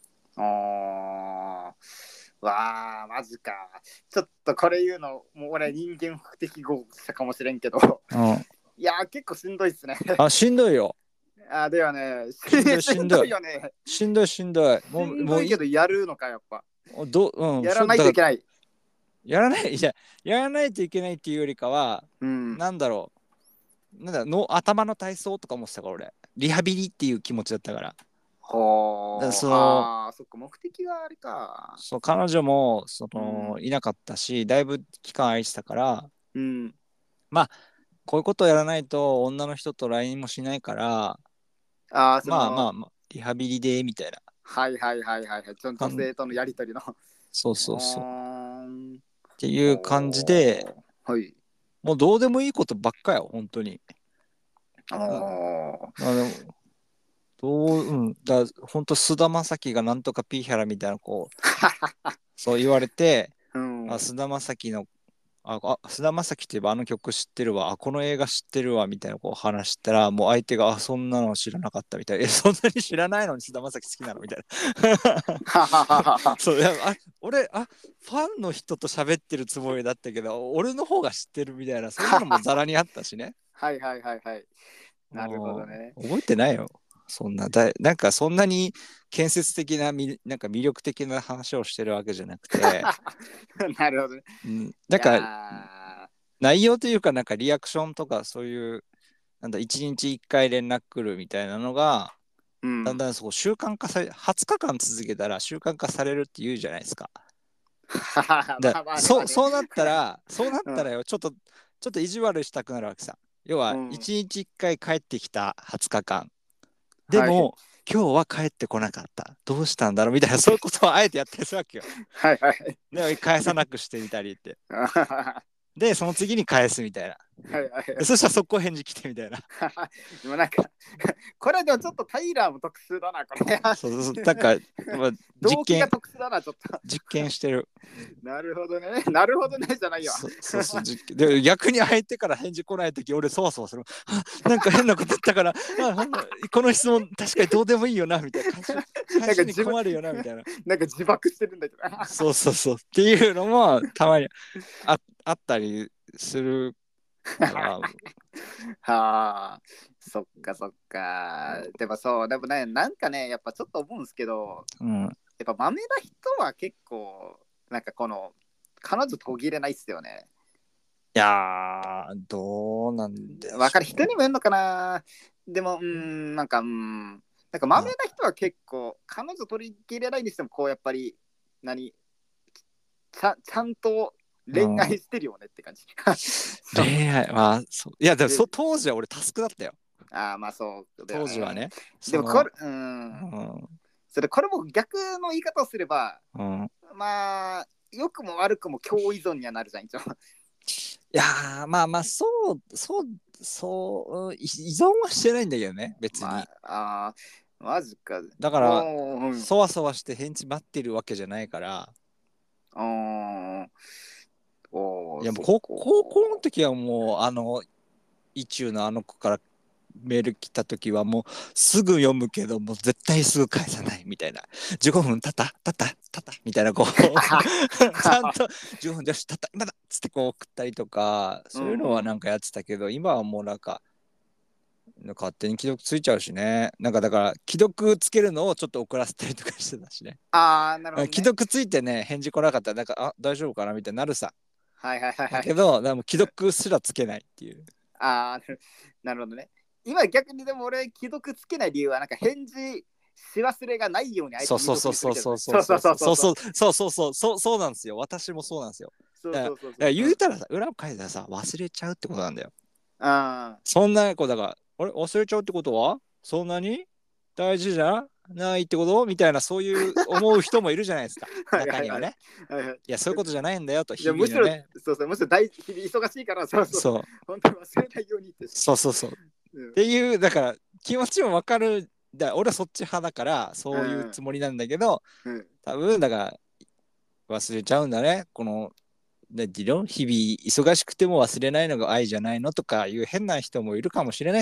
A: あーわあマジか。ちょっとこれ言うのもう俺人間不適合者かもしれんけど、
B: うん、
A: いやー結構しんどいっすね。
B: あしんどいよ。
A: あだよね。
B: しんどいしんどい
A: よね。
B: しんどいしんどい。
A: もうしんどいけどやるのかやっぱ。
B: どうん、
A: やらないといけない。
B: やらないいややらないといけないっていうよりかは、
A: うん、
B: なんだろうなんだの頭の体操とかもしたから俺リハビリっていう気持ちだったから。
A: ほー
B: その
A: あそっか目的があれか。
B: そう彼女もその、
A: うん、
B: いなかったしだいぶ期間空いてたから、
A: うん、
B: まあこういうことをやらないと女の人と ライン もしないから
A: あその
B: まあまあまあリハビリでみたいな。
A: はいはいはいはいはい。女性とのやりとりの。
B: そうそうそうっ
A: う
B: ていう感じで、
A: はい。
B: もうどうでもいいことばっかよ本当に。
A: あ
B: あのどううんだ本当菅田将暉がなんとかピーヒャラみたいなこうそう言われて、
A: うん、
B: あ菅田将暉のああ菅田将暉って言えばあの曲知ってるわあこの映画知ってるわみたいなこう話したらもう相手があそんなの知らなかったみたいなえそんなに知らないのに菅田将暉好きなのみたいなそういやあ俺あファンの人と喋ってるつもりだったけど俺の方が知ってるみたいなそんなのもざらにあったしね
A: はいはいはいはいなるほどね
B: 覚えてないよそんなだなんかそんなに建設的なみなんか魅力的な話をしてるわけじゃなくて
A: なるほどね、
B: うん、なんか内容というかなんかリアクションとかそういうなんだいちにちいっかい連絡来るみたいなのが、うん、だんだんそう習慣化されはつかかん続けたら習慣化されるって言うじゃないですか。だそそうなったらそうなったらよ、うん、ちょっとちょっと意地悪したくなるわけさ。要はいちにちいっかい帰ってきたはつかかんでも、はい、今日は帰ってこなかったどうしたんだろうみたいなそういうことをあえてやってるわけよ。
A: はいはい。
B: で返さなくしてみたりってでその次に返すみたいな。はいはいはい、そしたら速攻返事来てみたいな。
A: でもなんかこれでもちょっとタイラーも特殊だなこれ。
B: そうそうなんか、まあ、
A: 実験が特殊だなちょっと。
B: 実験してる。
A: なるほどねなるほどねじゃないよ。
B: そそうそう実験で逆に相手から返事来ないとき俺そわそわする。なんか変なこと言ったからこの質問確かにどうでもいいよなみたいな感じ。返しに困るよなみたいな。
A: なんか自爆してるんだけど。
B: そうそうそうっていうのもたまに あ, あったりするから
A: はあそっかそっかでもそうでもねなんかねやっぱちょっと思うんですけど、うん、やっぱマメな人は結構なんかこの彼女途切れないっすよね。
B: いやーどうなんでしょう。
A: 分かる人にもいるのかな。でもうんなんかうんなんかマメな人は結構彼女取り切れないにしてもこうやっぱり何ちゃちゃんと恋愛してるよねって感じ。
B: 恋愛まあそういやでもそ当時は俺タスクだったよ。
A: ああまあそう
B: 当時はね。
A: でもこれうん、うん、それこれも逆の言い方をすれば、うん、まあ良くも悪くも共依存にはなるじゃん一応。い
B: やまあまあそうそうそう依存はしてないんだけどね別に。ま
A: あ、あマジか。
B: だから、うん、そわそわして返事待ってるわけじゃないから。あおいやもう高校の時はもうあの意中のあの子からメール来た時はもうすぐ読むけどもう絶対すぐ返さないみたいなじゅうごふんたったたったたったみたいなこうちゃんとじゅうごふんよしたった今だっつってこう送ったりとかそういうのはなんかやってたけど、うん、今はもうなんか勝手に既読ついちゃうしね。なんかだから既読つけるのをちょっと遅らせたりとかしてたしね。
A: ああなるほど、ね、
B: 既読ついてね返事来なかったらなんかあ大丈夫かなみたいになるさ。
A: はいはいはい、はい、
B: だけどでも既読すらつけないっていう。
A: ああなるほどね。今逆にでも俺既読つけない理由はなんか返事し忘れがないように
B: そうそうそうそうそうそうそうそうそうそうそうそうそうそうなんですよ。私もそうなんですよ。そうそうそうそう言うたらさ裏を書いたらさ忘れちゃうってことなんだよ。あそんな子だからあれ忘れちゃうってことはそんなに大事じゃないってことみたいなそういう思う人もいるじゃないですか中にはねはいはい、いやそういうことじゃないんだよと日々の、ね、
A: いやむしろそうそうむしろ大日々忙しいからそうそうそう本当に忘れないようにって
B: そうそうそう、うん、っていうだから気持ちも分かるだ俺はそっち派だからそういうつもりなんだけど、うん、多分だから忘れちゃうんだねこので日々忙しくても忘れないのが愛じゃないのとかいう変な人もいるかもしれないさ。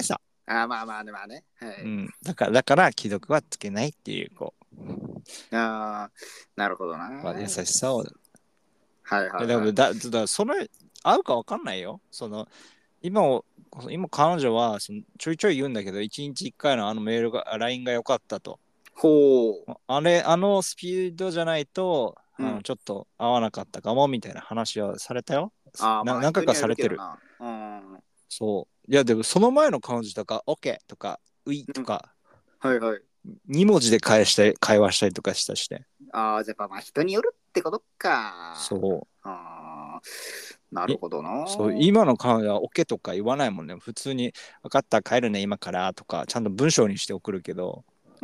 A: あまあまあねまあね、はい、
B: うん、だからだから既読はつけないっていうこ
A: うああなるほどな、
B: まあ、優しさを
A: はいはいはい、
B: でもだだそれ合うか分かんないよ。その今を今彼女はそのちょいちょい言うんだけどいちにちいっかいのあのメールが ライン が良かったと。
A: ほう
B: あれあのスピードじゃないと、うん、あのちょっと合わなかったかもみたいな話はされたよ。
A: あまあ
B: 何回かされてる。
A: うん、
B: そういやでもその前の彼女とか OK とかういとか、
A: うん、はいはい
B: に文字で返して会話したりとかしたしね。
A: ああじゃあまあ人によるってことか。
B: そう
A: あなるほどな。
B: そう今の彼女は OK とか言わないもんね。普通に分かった帰るね今からとかちゃんと文章にして送るけど、
A: うん、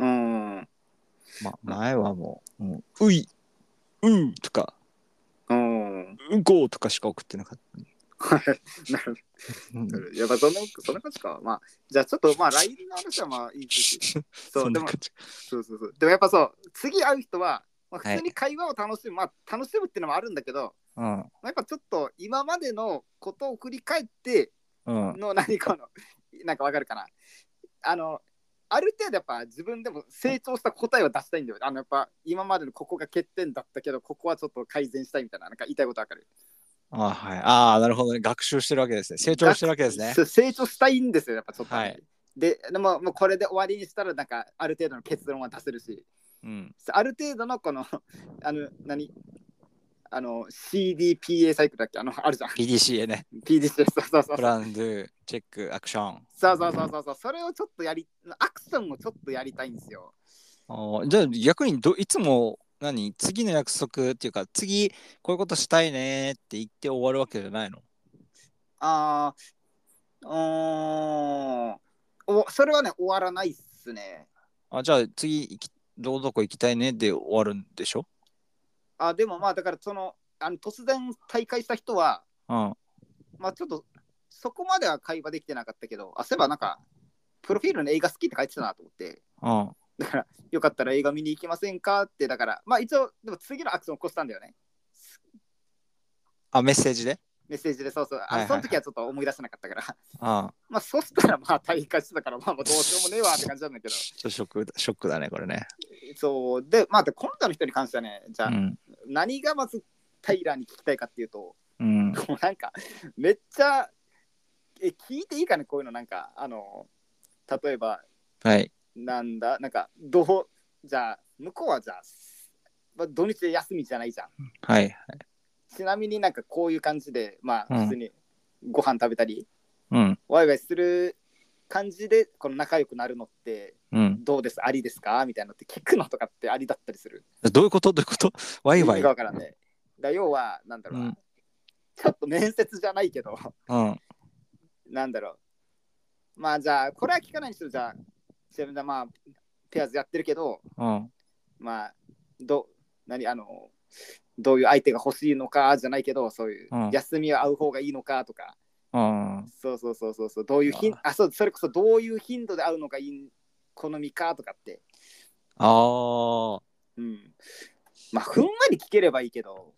B: ま、前はもう、うん、うい、うんとか、
A: うん、
B: うんことかしか送ってなかった。
A: なるほど。やっぱそのそんな感じか。まあじゃあちょっとまあ ライン の話はまあいいし。そうでもそうそうそうでもやっぱそう次会う人は、まあ、普通に会話を楽しむ、はい、まあ楽しむっていうのもあるんだけど、うんまあ、やっぱちょっと今までのことを振り返っての何かの、うん、なんかわかるかな。あのある程度やっぱ自分でも成長した答えを出したいんだよ。あのやっぱ今までのここが欠点だったけどここはちょっと改善したいみたいななんか言いたいことわかる。
B: あはい、ああなるほどね。学習してるわけですね。成長してるわけですね。
A: 成長したいんですよやっぱちょっと、はい、ででももうこれで終わりにしたらなんかある程度の結論は出せるし、うん、ある程度のこのあの何あの シーディーピーエー サイクルだっけあのあるじゃん
B: ピーディーシーエー ね
A: ピーディーシーエー そうそうそう
B: プランドゥチェックアクション
A: そうそうそうそうそうそれをちょっとやりアクションをちょっとやりたいんですよ。
B: あじゃあ逆にどいつも何次の約束っていうか次こういうことしたいねって言って終わるわけじゃないの？
A: ああおそれはね終わらないっすね。
B: あじゃあ次どうどこ行きたいねで終わるんでしょ？
A: あでもまあだからそのあの突然再会した人は、うん、まあちょっとそこまでは会話できてなかったけどあそういえばなんかプロフィールの映画好きって書いてたなと思って、うん、だからよかったら映画見に行きませんかってだからまあ一応でも次のアクションを起こしたんだよね。
B: あメッセージで
A: メッセージでそうそうあの、はいはいはい、その時はちょっと思い出せなかったからあまあそしたらまあ退化してたからまあどうしようもねえわって感じなんだけどちょっと
B: ショックショックだねこれね。
A: そうでまあで今度の人に関してはねじゃあ、うん、何がまずタイラーに聞きたいかっていうと、うん、なんかめっちゃえ聞いていいかねこういうのなんかあの例えば、はい、なんだなんかどうじゃあ向こうはじゃあ、まあ、土日で休みじゃないじゃん。
B: はいはい。
A: ちなみになんかこういう感じでまあ普通にご飯食べたり、うん、ワイワイする感じでこの仲良くなるのって、うん、どうですありですかみたいなのって聞くのとかってありだったりする。
B: どういうことどういうことワイワイ
A: 意味がわからんね。だ要はなんだろうな、うん、ちょっと面接じゃないけど、うん、なんだろうまあじゃあこれは聞かないにしろじゃあ自分でまあペアーズやってるけど、うん、まあど何あのどういう相手が欲しいのかじゃないけどそういう、うん、休みは合う方がいいのかとか、うん、そうそうそうそうそうどういう頻あそうそれこそどういう頻度で会うのがいい好みかとかってああうんまあふんわり聞ければいいけど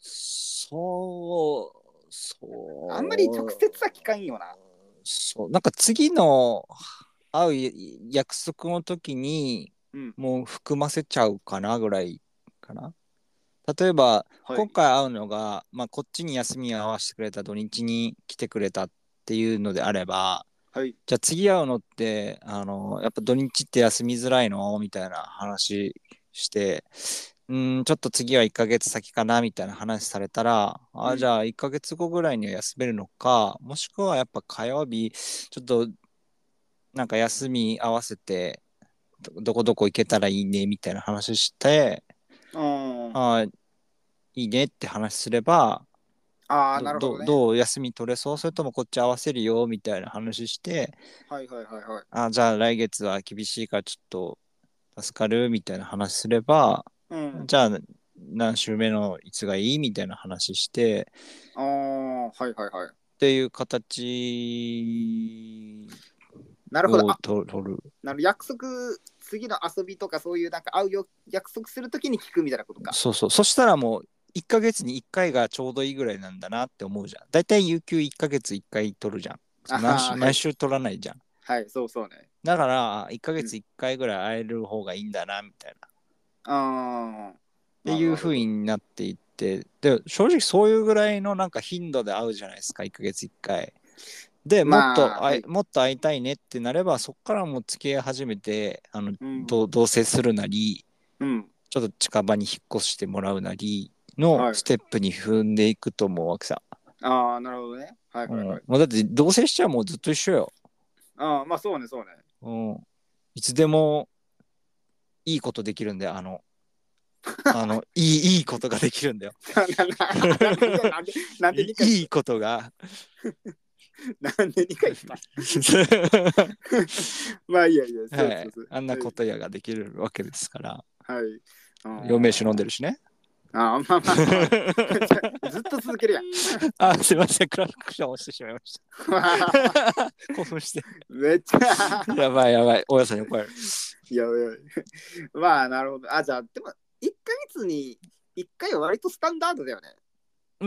B: そうそう
A: あんまり直接は聞かんよな。
B: そうなんか次の会う約束の時に、うん、もう含ませちゃうかなぐらいかな。例えば、はい、今回会うのが、まあ、こっちに休みを合わせてくれた土日に来てくれたっていうのであれば、はい、じゃあ次会うのってあのやっぱ土日って休みづらいのみたいな話してうんちょっと次はいっかげつ先かなみたいな話されたら、うん、あじゃあいっかげつごぐらいには休めるのかもしくはやっぱ火曜日ちょっとなんか休み合わせて ど, どこどこ行けたらいいねみたいな話して、うん、あいいねって話すれば
A: あなるほど、ね、
B: ど, どう休み取れそうそれともこっち合わせるよみたいな話して
A: はいはいはいはい
B: あじゃあ来月は厳しいからちょっと助かるみたいな話すれば、うん、じゃあ何週目のいつがいいみたいな話して
A: あはいはいはい
B: っていう形
A: なるほど
B: を取る
A: なる約束次の遊びとかそういうなんか会うよ約束するときに聞くみたいなことか。
B: そうそうそしたらもういっかげつにいっかいがちょうどいいぐらいなんだなって思うじゃん。だいたい有給いっかげついっかい取るじゃん。毎週、毎週取らないじゃん。
A: はい、そうそうね。
B: だからいっかげついっかいぐらい会える方がいいんだなみたいな、
A: ああ。
B: っていう風になっていって、で正直そういうぐらいのなんか頻度で会うじゃないですか、いっかげついっかいで、もっと、
A: まあ、はい、
B: もっと会いたいねってなれば、そこからもう付き合い始めて、あの、
A: うん、
B: 同棲するなり、
A: うん、
B: ちょっと近場に引っ越してもらうなりの
A: はい。
B: ステップに踏んでいくと思うわけさ。
A: ああ、なるほどね。はい
B: うん。
A: はいはい。
B: もうだって同棲しちゃもうずっと一緒よ。
A: ああ、まあそうね、そうね。
B: うん。いつでもいいことできるんだよ。あの、あの、いい、いいことができるんだよ。
A: なんで、なんで
B: い
A: にかい
B: いいことが。
A: なんでにかいしたまあいいやいや、そう
B: はい。
A: そうそう。
B: あんなことやができるわけですから。
A: はい。
B: 陽明酒飲んでるしね。
A: ああ、まあまあまあ。ずっと続けるやん。
B: あ、すいません、クラクション押してしまいました。興奮して。
A: めっちゃ。
B: やばいやばい、大家さんに怒られる。
A: いやいや。まあ、なるほど。あ、じゃあ、でも、いっかげつにいっかいは割とスタンダードだよね。
B: うん。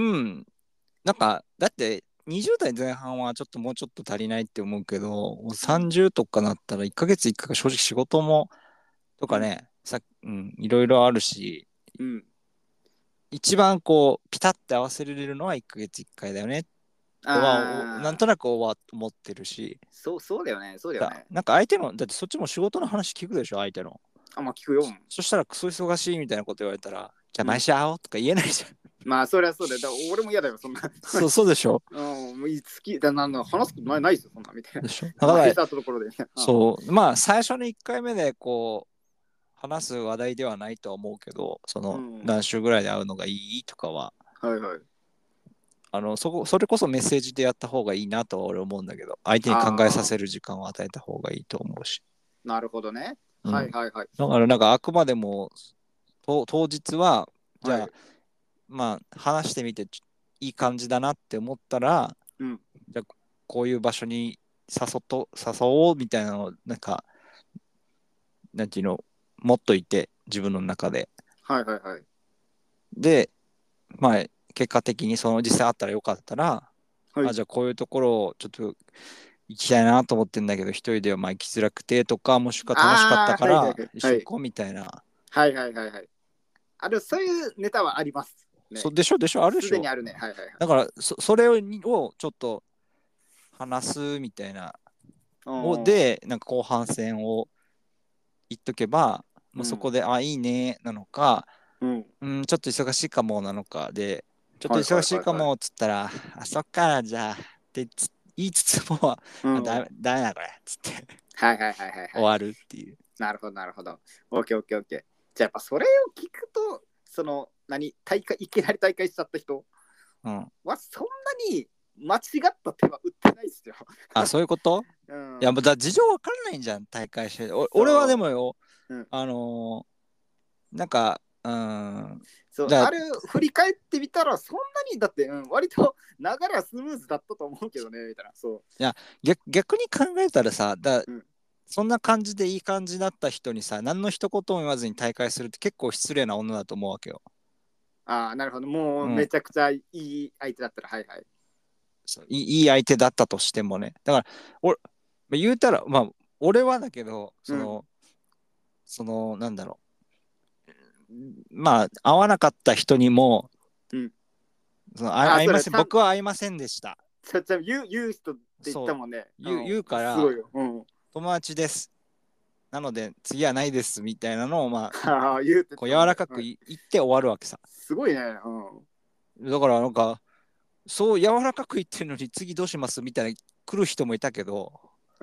B: なんか、だって、にじゅう代前半はちょっともうちょっと足りないって思うけど、さんじゅうとかなったらいっかげついっかい正直仕事もとかね、うん、さうん、いろいろあるし、
A: うん、
B: 一番こうピタッて合わせれるのはいっかげついっかいだよねとはなんとなく思ってるし、
A: そうそうだよね、そうだよね。
B: なんか相手のだってそっちも仕事の話聞くでしょ、相手の。
A: あ、まあ聞くよ。
B: そしたらクソ忙しいみたいなこと言われたら、じゃあ毎週会おうとか言えないじゃん。
A: まあそりゃそうだよ。だ俺も嫌だよ、そんな。
B: そうそうでしょ。
A: うん、もう好きだな、話すことないないですよ、そんなみたいな。
B: でしょ。だから、
A: ところで、
B: そう、まあ最初のいっかいめでこう話す話題ではないとは思うけど、その何週ぐらいで会うのがいいとかは、
A: はいはい。
B: あのそこそれこそメッセージでやった方がいいなとは俺思うんだけど、相手に考えさせる時間を与えた方がいいと思うし。
A: なるほどね。はいはいはい。
B: だからなんかあくまでも当日はじゃあ、はい、まあ話してみていい感じだなって思ったら、うん、じゃあこういう場所に誘っと誘おうみたいなのをなんかなんていうの持っといて自分の中で。
A: はいはいはい。
B: で、まあ結果的にその実際あったらよかったら、はい、あじゃあこういうところをちょっと行きたいなと思ってんだけど一人ではまあ行きづらくてとか、もしくは楽しかったから一緒に行こうみたいな。
A: はいはいはいはい。あれそういうネタはあります、
B: ね。そうでしょでしょあるでしょ。
A: すでにあるね。はいはいはい。
B: だからそそれをちょっと話すみたいなをでなんか後半戦を言っとけば、うん、もうそこであいいねなのか、うん、うんちょっと忙しいかもなのかで、ちょっと忙しいかもっつったら、はいはいはいはい、あそっかじゃあって言いつつも、うん、あだだめだこれっつって
A: はいはいはいはい、はい、
B: 終わるっていう。
A: なるほどなるほど。オッケーオッケーオッケー。じゃあやっぱそれを聞くとその何大会いきなり大会しちゃった人はそんなに間違った手は打ってないですよ。
B: あ、そういうこと、うん、いやだ事情わからないんじゃん大会して。俺はでもよ、うん、あのー、なんかうん
A: そうあれ振り返ってみたらそんなにだって、うん、割と流れはスムーズだったと思うけどねみたいな。そう
B: いや 逆, 逆に考えたらさだ、うん、そんな感じでいい感じだった人にさ何の一言も言わずに大会するって結構失礼な女だと思うわけよ。
A: ああなるほど。もうめちゃくちゃいい相手だったら、うん、はいはい
B: いい相手だったとしてもね。だから俺言うたらまあ俺はだけどその、うん、そのなんだろうまあ会わなかった人にも、うん、そのあ会いません僕は会いませんでした。
A: ちょちょ言う言う人って言ったもんね。
B: 言う言うから
A: すごいよ、うん、
B: 友達ですなので次はないですみたいなのをま
A: あ言うて
B: こう柔らかく言って終わるわけさ。
A: すごいね、
B: うん、だからなんかそう柔らかく言ってるのに次どうしますみたいな来る人もいたけど、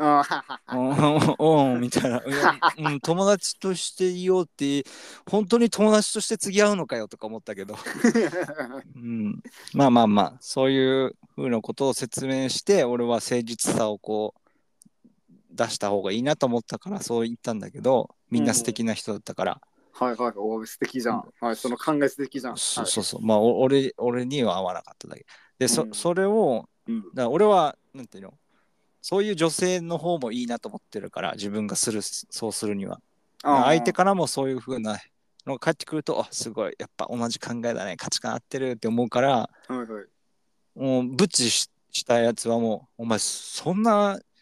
B: うんうんみたいな、うん、友達としていようって本当に友達として次会うのかよとか思ったけど、うん、まあまあまあそういうふうなことを説明して俺は誠実さをこう出した方がいいなと思ったからそう言ったんだけど、みんな素敵な人だったから、
A: うん、はいはいお素敵じゃん、うん、はいその考え素敵じゃん。
B: そうそうそう、はい、まあ俺俺には合わなかっただけで、そ、うん、それを、うん、だから俺はなんていうのそういう女性の方もいいなと思ってるから自分がするそうするには相手からもそういう風なのが返ってくるとあすごいやっぱ同じ考えだね価値観合ってるって思うから、はいはい、もうブチしたやつはもうお前そんな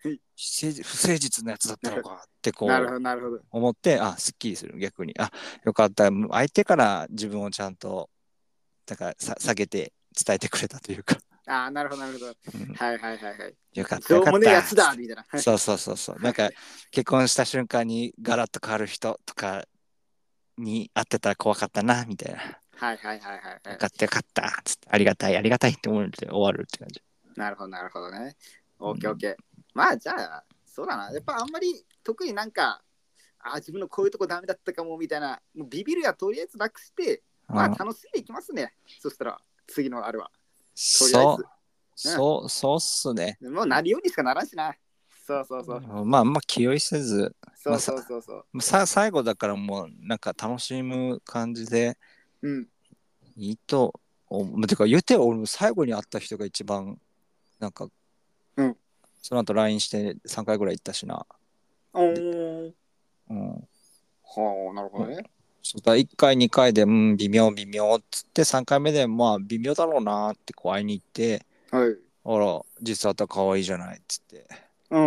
B: 不誠実なやつだったのかってこう
A: なるほどなるほど
B: 思って、あ、すっきりする。逆に、あ、よかった、相手から自分をちゃんとだからさ下げて伝えてくれたというか。
A: ああ、なるほどなるほど、うん、はいはいはいはい。
B: よかったよかった。
A: しょうもねえやつだみたいな。
B: そうそうそうそう。なんか結婚した瞬間にガラッと変わる人とかに会ってたら怖かったなみたいな。
A: はいはいはいはい、はい。
B: よかったよかったつって、ありがたいありがたいって思って終わるって感じ。
A: なるほどなるほどね。オッケーオッケー。まあじゃあそうだな。やっぱあんまり特になんかあ自分のこういうとこダメだったかもみたいな、もうビビるやとりあえずなくして、まあ楽しんでいきますね。そしたら次のあるは。
B: とりあえず。そう、うん、そうっすね。
A: もうなるようにしかならんしな。そうそうそう。
B: まあまあ気負いせず。
A: そうそうそうそう。
B: まあ、さ最後だからもうなんか楽しむ感じで。
A: うん。
B: いいと。てか言うて俺も最後に会った人が一番なんか、
A: うん、
B: その後 ライン してさんかいぐらい行ったしな。
A: おー。
B: うん。
A: はあ、なるほどね。うん、
B: そうだいっかいにかいで、うん、微妙微妙っつってさんかいめでまあ微妙だろうなってこう会いに行って、
A: はい、
B: あら実はあったら可愛いじゃないっつって、
A: うん、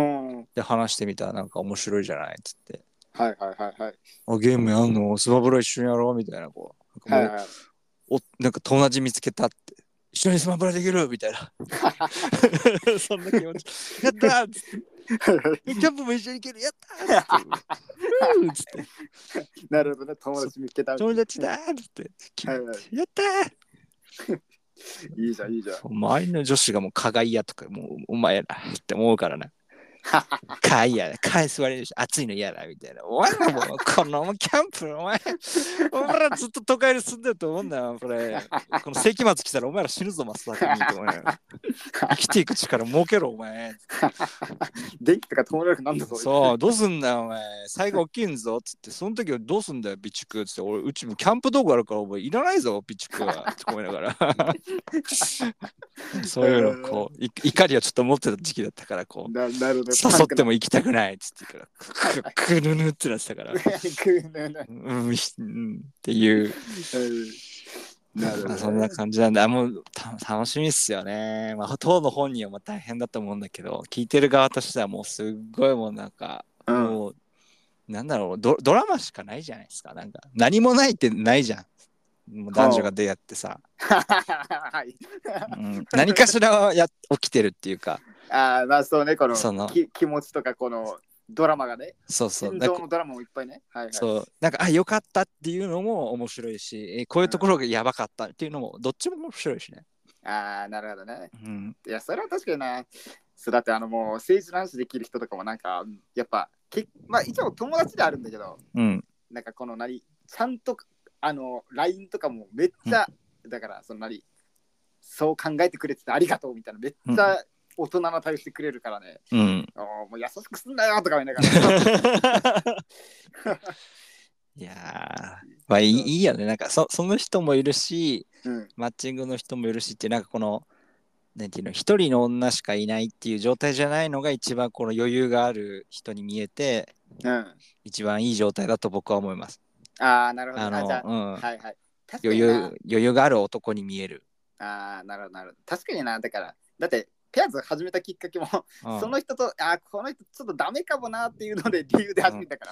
A: で
B: 話してみたらなんか面白いじゃないっつって、
A: はいはいはいはい。
B: あゲームやんのスマブラ一緒にやろうみたいな、こうなんかもう、はいはい、おなんか友達見つけたって一緒にスマブラできるみたいなそんな気持ちやったーっつってキャンプも一緒に行けるやったーっつって
A: なるほどね、友達見つけた
B: 友達だーっつってはい、はい、やった
A: ーいいじゃんいいじゃん。
B: 周りの女子がもうかがいやとかもうお前らって思うからなかいやだ、かい座れるし、暑いの嫌だみたいな。お前らもこのキャンプ、お前、お前らずっと都会で住んでると思うんだよ、これ。この世紀末来たらお前ら死ぬぞ、マスターにと思うよ。生きていく力設けろ、お前。
A: 電気とか止められるなんだぞ。
B: そう、どうすんだよ、お前。最後起きんぞ、つって、その時はどうすんだよ、備蓄。つって、俺、うちもキャンプ道具あるから、お前いらないぞ、備蓄は。って思いながら。そういうの、こう、怒りはちょっと持ってた時期だったから、こう、ななるほど誘っても行きたくないっつってから、くぬぬってなってたから。うん、っていう。なるほど、ね、まあ、そんな感じなんで、あもう楽しみっすよね。まあ、当の本人は大変だと思うんだけど、聞いてる側としてはもうすっごいもうなんか、うん、もう、なんだろうド、ドラマしかないじゃないですか。なんか、何もないってないじゃん。もう男女が出会ってさ、うん、何かしらや起きてるっていうか、
A: あまあそうね、このその気持ちとかこのドラマがね、
B: そうそう、
A: 心臓のドラマもいっぱいね、はいはい、
B: そうなんかあ良かったっていうのも面白いし、えこういうところがやばかったっていうのもどっちも面白いしね。
A: ああなるほどね、
B: うん、
A: いやそれは確かにな。そうだってあのもう政治の話できる人とかもなんかやっぱけまあ一応友達であるんだけど、うん、なんかこの何ちゃんとあの ライン とかもめっちゃ、うん、だからその何そう考えてくれててありがとうみたいなめっちゃ大人な対応してくれるからね、うん、もう優しくすんなよとか言いながら
B: いやまあいい、いいよね。なんか そ, その人もいるし、うん、マッチングの人もいるしってなんかこのなんていうの一人の女しかいないっていう状態じゃないのが一番この余裕がある人に見えて、うん、一番いい状態だと僕は思います。
A: ああなるほど。あの
B: あじゃあ、うん、
A: はいはい。
B: 余裕余裕がある男に見える。
A: ああなるほどなるほど。確かにな。だからだってペアーズ始めたきっかけも、うん、その人とあこの人ちょっとダメかもなっていうので理由で始めたから、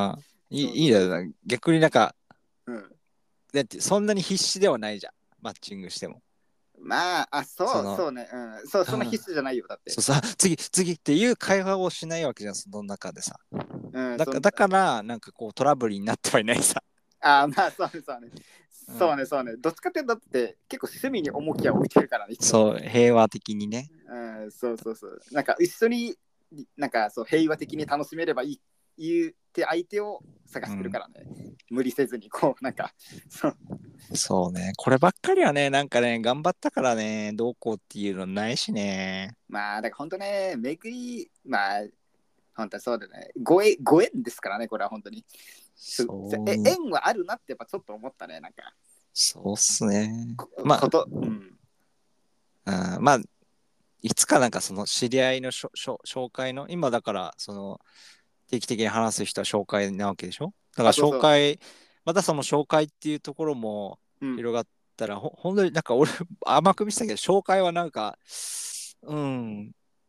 B: うんうん、いいいいだよな。逆になんか、うん、だってそんなに必死ではないじゃん、マッチングしても。
A: まああそうそうね、うん、そうその必死じゃないよだって。
B: そうさ次次っていう会話をしないわけじゃん、その中でさ。うん、だ, かだからなんかこうトラブルになってはいないさ。
A: あまあそうねそうね。そうねそうね、どっちかっていうとだって結構趣味に重きを置いてるからね。
B: そう平和的にね。
A: うん、そうそうそう。なんか一緒になんかそう平和的に楽しめればいい言って相手を探してるからね、うん、無理せずにこうなんか
B: そうそうね、こればっかりはねなんかね頑張ったからねどうこうっていうのないしね。
A: まあだから本当ね巡りまあ本当そうだねご縁ご縁ですからねこれは本当に。そうえ縁はあるなってやっぱちょっと思ったねなんか。
B: そうっすね。まあ、うん、あまあいつかなんかその知り合いのしょしょ紹介の今だからその定期的に話す人は紹介なわけでしょ。だから紹介そうそうまたその紹介っていうところも広がったら、うん、ほ本当になんか俺甘く見せたけど紹介はなんかうん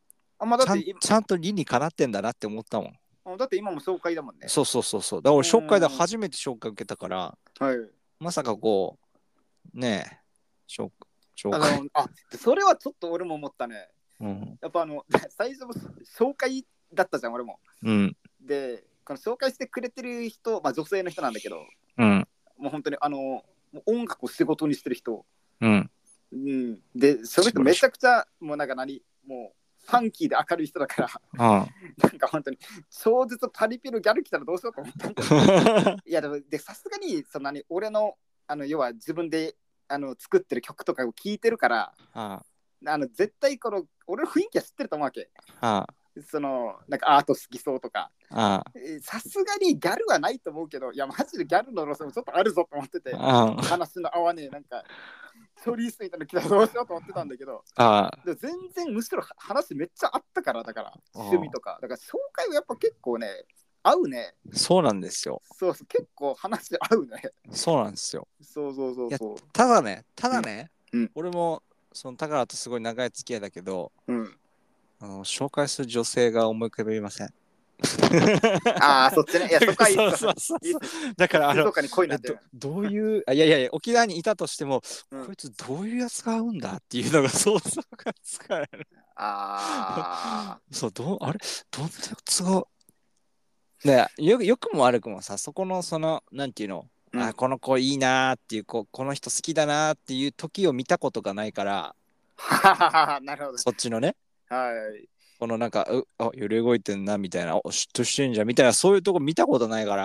A: あ、まあ、だって
B: ちゃん、ちゃんと理にかなってんだなって思ったもん。
A: あだって今も紹介だもんね。
B: そうそうそうそう。だから俺紹介で初めて紹介受けたから、
A: はい。
B: まさかこう、ねえ、紹紹
A: あ
B: 介。
A: のあ、それはちょっと俺も思ったね。
B: うん、
A: やっぱあの、最初も紹介だったじゃん、俺も。
B: うん。
A: で、この紹介してくれてる人、まあ女性の人なんだけど、
B: うん。
A: もう本当にあの、もう音楽を仕事にしてる人。
B: うん。
A: うん、で、その人めちゃくちゃ、もうなんか何、もう、ファンキーで明るい人だから、
B: うん、
A: なんか本当に、超絶パリピのギャル来たらどうしようと思ったんだけど、いや、でも、で、さすがに、そんなに、俺の、あの、要は自分で、あの、作ってる曲とかを聴いてるから、あの、絶対、この、俺の雰囲気は知ってると思うわけ。その、なんかアート好きそうとか。さすがにギャルはないと思うけど、いや、マジでギャルの路線もちょっとあるぞと思ってて、話の合わねえ、なんか、チョリースみたいなの来たらどうしようと思ってたんだけど、あで全然むしろ話めっちゃあったから、だから趣味とか、だから紹介はやっぱ結構ね、合うね。
B: そうなんですよ。
A: そうそう、結構話合うね。
B: そうなんですよ。
A: そうそうそうそう。
B: ただね、ただね、
A: うん、
B: 俺もその宝とすごい長い付き合いだけど、
A: うん、
B: あの紹介する女性が思い浮かびません。
A: ああ、そっちね。いや、そこはいい
B: そうそうそう。だから、あの、ど, どういう、あいやいやいや、沖縄にいたとしても、うん、こいつどういうやつが合うんだっていうのが想像がつかない。ああ。そう、どう、あれ、どんなやつが。ね、よ, よくも悪くもさ、そこの、その、なんていうの、うん、あ、この子いいなーっていう子、この人好きだなーっていう時を見たことがないから、
A: なるほど。
B: そっちのね。
A: はい。
B: このなんか、うあ、揺れ動いてんなみたいな、嫉妬してんじゃんみたいな、そういうとこ見たことないから、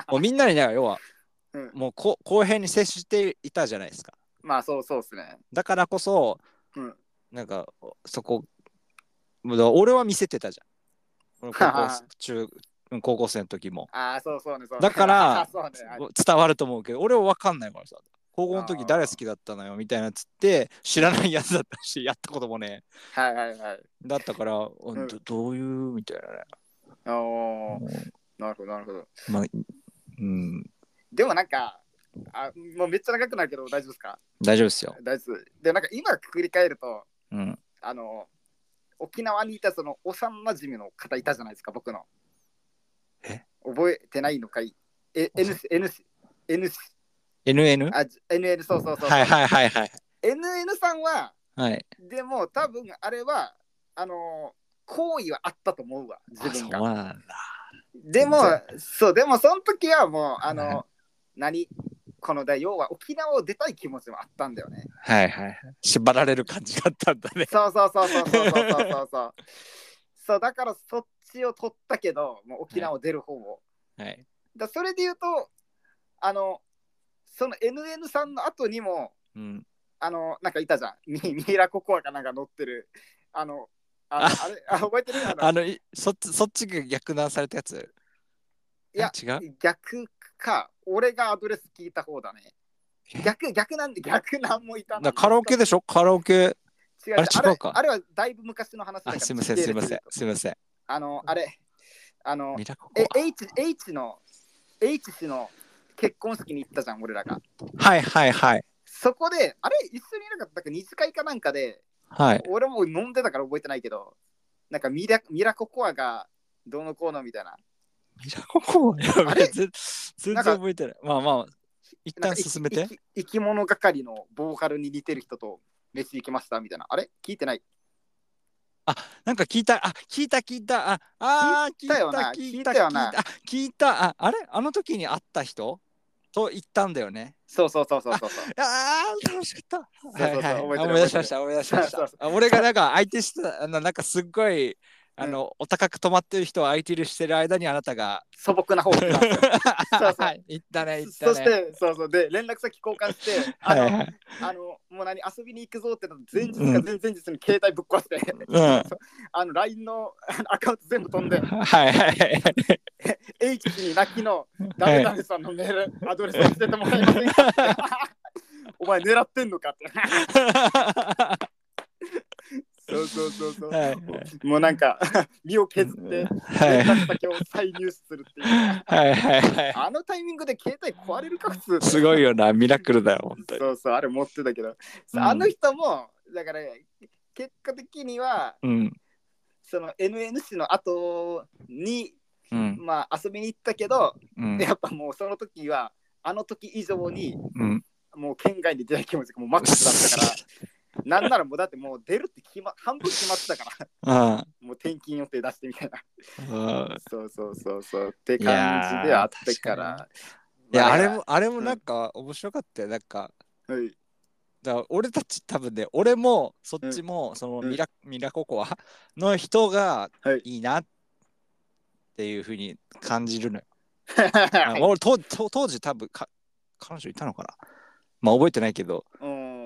B: もうみんなにね、要は、うん、もうこ公平に接していたじゃないですか。
A: まあそうそうですね。
B: だからこそ、うん、なんか、そこ、俺は見せてたじゃん。この高校中高校生の時も。
A: ああ、そうそうね、そうね。
B: だから、ね、伝わると思うけど、俺は分かんないからさ。高校の時誰好きだったのよみたいなつって知らないやつだったし、やったこともね。
A: はいはいはい。
B: だったから、うん、ど, どういうみたいなね。
A: ああ、なるほどなるほど。
B: まあ、うん。
A: でもなんか、あもうめっちゃ長くなるけど大丈夫ですか？
B: 大丈夫ですよ。
A: 大丈夫。で、なんか今くくり返ると、
B: うん、
A: あの、沖縄にいたその幼馴染の方いたじゃないですか、僕の。
B: え
A: 覚えてないのかい？え、N、N、N、
B: エヌエヌ？
A: あ、エヌエヌ、そうそうそう。
B: はいはいはいはい。
A: エヌエヌ さんは、
B: はい、
A: でも多分あれは、あの、行為はあったと思うわ、自分が。
B: そうなんだ。
A: でも、そう、でもその時はもう、あの、はい、何この、要は沖縄を出たい気持ちもあったんだよね。
B: はいはい。縛られる感じだったんだね。
A: そうそうそうそうそうそうそうそう。そう、だからそっちを取ったけど、もう沖縄を出る方を。
B: はい。
A: だそれで言うと、あの、その エヌエヌ さんの後にも、うん、あの、なんかいたじゃん。ミ, ミイラココアかなんか乗ってる。あの、あの あ, あれあ、覚えてる？あの
B: あのそっち、そっちが逆難されたやつ？
A: いや、違う？逆か。俺がアドレス聞いた方だね。逆、逆なんで逆なんもいた
B: な。カラオケでしょ？カラオケ。
A: 違う、あれ違うか。あれはだいぶ昔の話だから。
B: すみません、すみません、すみません。
A: あの、あれ、あの、え H, H の、H 氏の結婚式に行ったじゃん、俺らが。
B: はいはいはい。
A: そこで、あれ、一緒にいなかったか、二次会かなんかで、
B: はい、
A: 俺も飲んでたから覚えてないけど、なんかミラ、ミラココアがどうのこうのみたいな。
B: ミラココアあれ全然覚えてない。まあまあ、一旦進めて。
A: 生き物係のボーカルに似てる人と飯行きましたみたいな。あれ聞いてない？
B: あ、なんか聞いた、あ、聞いた聞いた、あ、あ
A: 聞いたよな、
B: 聞いたよな、聞いた、あ、あれあの時に会った人と言ったんだよね。
A: そうそうそうそうそう。
B: ああ、楽しかった。
A: そうそうそう、
B: 思い出しました、思い出しました。俺がなんか相手してた、あのなんかすっごい、あの、うん、お高く泊まってる人を相手にしてる間にあなたが
A: 素朴な方をそうそう
B: 言ったね言ったね。
A: そしてそうそうで連絡先交換してあの、はいはい、あのもう何遊びに行くぞっての前日か前々日に携帯ぶっ壊して、うん、あの ライン のアカウント全部飛んで、
B: はいはいはい。
A: H に泣きの誰々さんのメールアドレスを捨ててもらえませんかってお前狙ってんのかって。そうそうそうそう、はいはい、もうなんか身を削って連絡先を再入手するっていう、はいはいはい、あのタイミングで携帯壊れるか普通。
B: すごいよな、ミラクルだよ本当に。
A: そうそう、あれ持ってたけど、うん、あの人もだから結果的には、うん、 その エヌエヌ 市の後に、
B: うん、
A: まあ遊びに行ったけど、
B: うん、
A: やっぱもうその時はあの時以上に、
B: うん、
A: もう県外に出たい気持ちがもうマックスだったからなんならもうだってもう出るって決、ま、半分決まってたからもう転勤予定出してみたいなそうそうそうそうって感じであってから
B: いや、あれもあれもなんか面白かったよ、なんか、
A: はい、
B: だから俺たち多分ね、俺もそっちも、うん、そのミラ、うん、ミラココアの人がいいなっていうふうに感じるのよ。はい、俺とと当時多分か彼女いたのかな、まあ覚えてないけど、うん、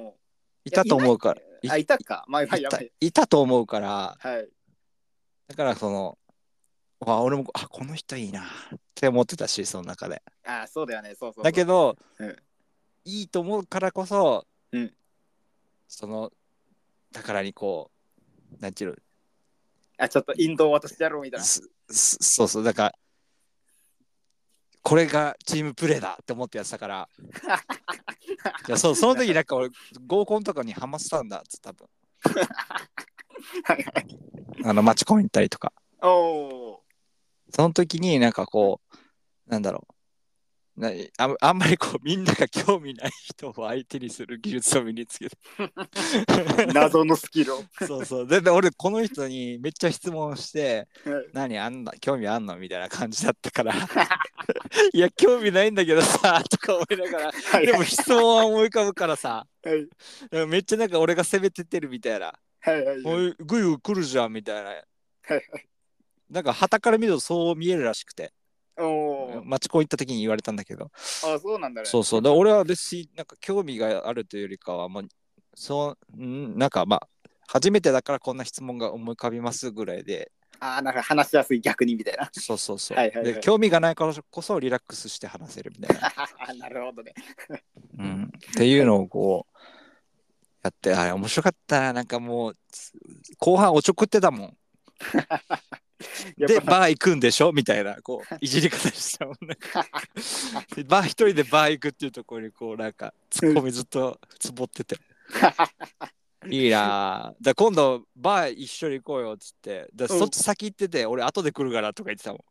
B: いたと思うから。
A: い, い, あいたか、まあ、やばい
B: いたと思うから、
A: はい、
B: だからそのあ俺もあこの人いいなって思ってたし、その中で。
A: ああそうだよね、そうそうそう。
B: だけど、
A: うん、
B: いいと思うからこそ、
A: うん、
B: そのだからにこうなんていうの、
A: あちょっとインドを渡してやろうみたいな。
B: そうそう、だからこれがチームプレーだって思ってやってたからいや そ, その時なんか俺合コンとかにハマってたんだっつ多分はいはい、あのマチコン行ったりとか、おその時になんかこうなんだろうな あ, あんまりこうみんなが興味ない人を相手にする技術を身につけて
A: 謎のスキルを
B: そうそうで俺この人にめっちゃ質問して、はい、何あんな興味あんのみたいな感じだったからいや興味ないんだけどさとか思いながらはい、でも質問は思い浮かぶからさ、はい、めっちゃなんか俺が攻めてってるみたいな、はいはいはい、グイグイ来るじゃんみたいな、はいはい、なんか旗から見るとそう見えるらしくて、おマチコン行った時に言われたんだけど、
A: あそうなんだね。
B: そうそう、だ俺は別になんか興味があるというよりかはもうそうなんかまあ初めてだからこんな質問が思い浮かびますぐらいで、
A: あなんか話しやすい逆にみたいな。
B: そうそうそう、はいはいはい、で興味がないからこそリラックスして話せるみたい
A: ななるほどね、
B: うん、っていうのをこうやってあれ面白かったな。なんかもう後半おちょくってたもんでバー行くんでしょみたいなこういじり方したもんねバー一人でバー行くっていうところにこうなんかツッコミずっとつぼってていいな。だ今度バー一緒に行こうよっつってだそっち先行ってて俺後で来るからとか言ってたもん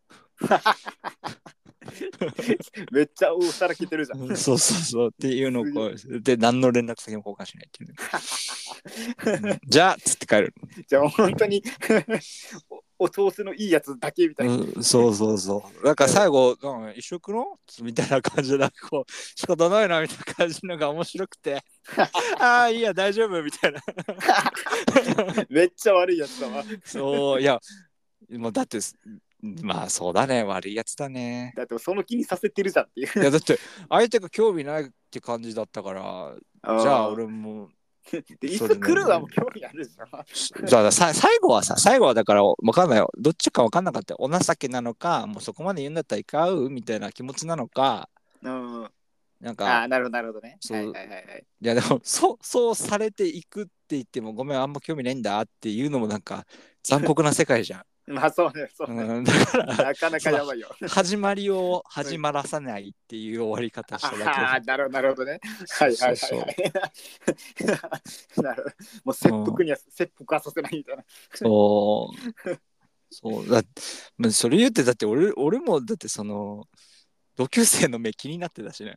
A: めっちゃ大さらけてるじゃん
B: そうそうそうっていうのをこうで何の連絡先も交換しないっていう、ねうん、じゃあっつって帰る。
A: じゃあ本当にお調子のいいやつだけみたいな、
B: うん、そうそうそうなんか最後、うん、一緒来るのみたいな感じでなんかこう仕方ないなみたいな感じのが面白くてああいいや大丈夫みたいな
A: めっちゃ悪いやつだわ
B: そういやもうだってまあそうだね悪いやつだね。
A: だってその気にさせてるじゃんっていう
B: いやだって相手が興味ないって感じだったからじゃあ俺も
A: でいつ来るはもう興味あるじゃん。
B: じゃあさ最後はさ最後はだから分かんないよどっちか分かんなかったよ。お情けなのかもうそこまで言うんだったら行かうみたいな気持ちなのか、うん、なんか
A: あなるほどなるほどね。
B: そう、
A: はいはいはいはい、
B: いやでもそうそうされていくって言ってもごめんあんま興味ないんだっていうのもなんか残酷な世界じゃん
A: まあそうねそうね、うん、だからなかなかやばいよ
B: 始まりを始まらさないっていう終わり方しただけ
A: ああなるほどなるほどねはいはいはいはいなるほどもう切腹には、うん、切腹はさせないみたいな
B: そうそうだそれ言ってだって俺俺もだってその同級生の目気になってたしね。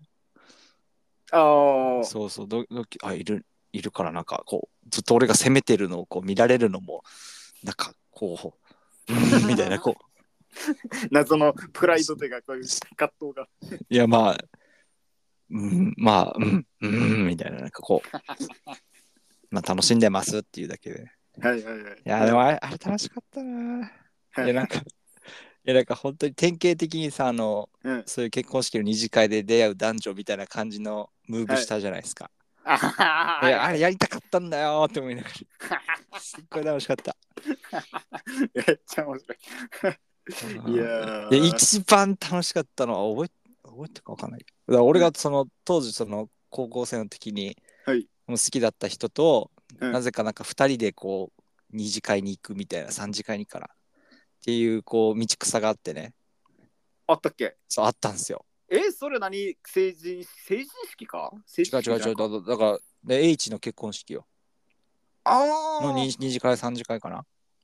B: ああそうそうどどあいるいるからなんかこうずっと俺が攻めてるのをこう見られるのもなんかこうみたいなこう
A: 謎のプライドというかこういう葛藤が
B: いやまあうんまあうんうんみたいななんかこうまあ楽しんでますっていうだけで
A: はいはいはいい
B: やでもあれあれ楽しかったな。いやなんかいやなんか本当に典型的にさあの、うん、そういう結婚式の二次会で出会う男女みたいな感じのムーブしたじゃないですか、はい、いやあれやりたかったんだよって思いながらすっごい楽しかった
A: めっちゃ面白いいや
B: いや一番楽しかったのは覚え覚えてるか分かんないけど俺がその当時その高校生の時に、はい、もう好きだった人と、うん、なぜかなんかふたりでこう二次会に行くみたいな三次会にからっていうこう道草があってね。
A: あったっけ？
B: そうあったんですよ。
A: えそれ何成人成人式か？成人
B: 式違う違う違うだ, だからで H の結婚式よ。ああ。の 2, 二次会三次会かな。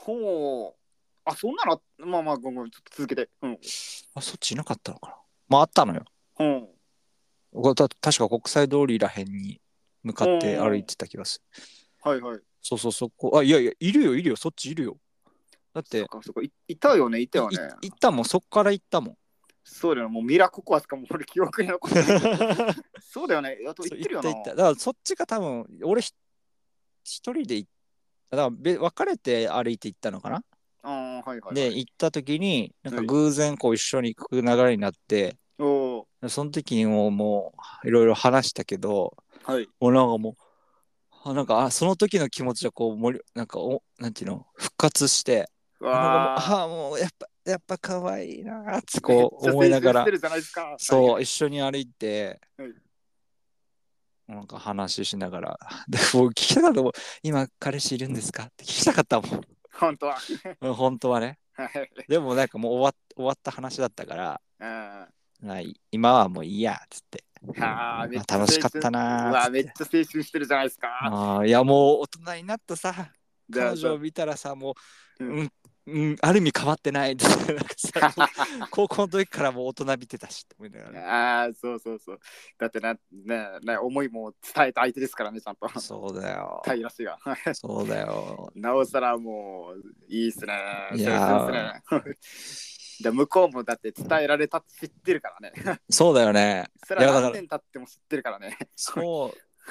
A: ほう。あ、そんなの、まあまあ、ごめん、ちょっと続けて。うん。
B: あ、そっちいなかったのかな。まあ、あったのよ。
A: うん。
B: これた確か国際通りらへんに向かって歩いてた気がする。
A: はいはい。
B: そうそう、そこ。あ、いやいや、いるよ、いるよ、そっちいるよ。だって、
A: そっかそっか、いいたよね、いたよね。
B: い行ったもん、そっから行ったもん。
A: そうだよね、もうミラココアしかも俺記憶に残ってない。そうだよね、あと言ってるよな。
B: 行った行った。だからそっちが多分、俺一人で行った。だからべ別れて歩いて行ったのかな。
A: ああ、はいはい、はい。
B: で、行った時に、なんか偶然こう一緒に行く流れになって、
A: はい、
B: その時にもう、もういろいろ話したけど、
A: はい。
B: もうなんかもう、なんかあその時の気持ちはこう盛りなんかおなんていうの復活して、なんかもうああもうやっぱやっぱ可愛いなってこう思いながら、そう一緒に歩いて、はい、なんか話しながら、でも聞きたかったもん、今彼氏いるんですかって聞きたかったもん。
A: 本当は
B: 本当はね。でもなんかもう終わ終わった話だったから、あ今はもういいやっつって。はあ、めっちゃ楽しかったなー。うわ、
A: めっちゃ青春してるじゃないですか。
B: あいやもう大人になったさ、彼女を見たらさ、もう、うん、うん、ある意味変わってないなんかさ高校の時からもう大人びてたしって思いなが
A: ら。ああ、そうそうそう。だってな、ね、ね、思いも伝えた相手ですからね、ちゃんと。
B: そうだよ。
A: 平氏が。
B: そうだよ。
A: なおさらもう、いいっすね。いやー。で向こうもだって伝えられたって知ってるからね。
B: そうだよね。
A: それは何年経っても知ってるからね。
B: そう、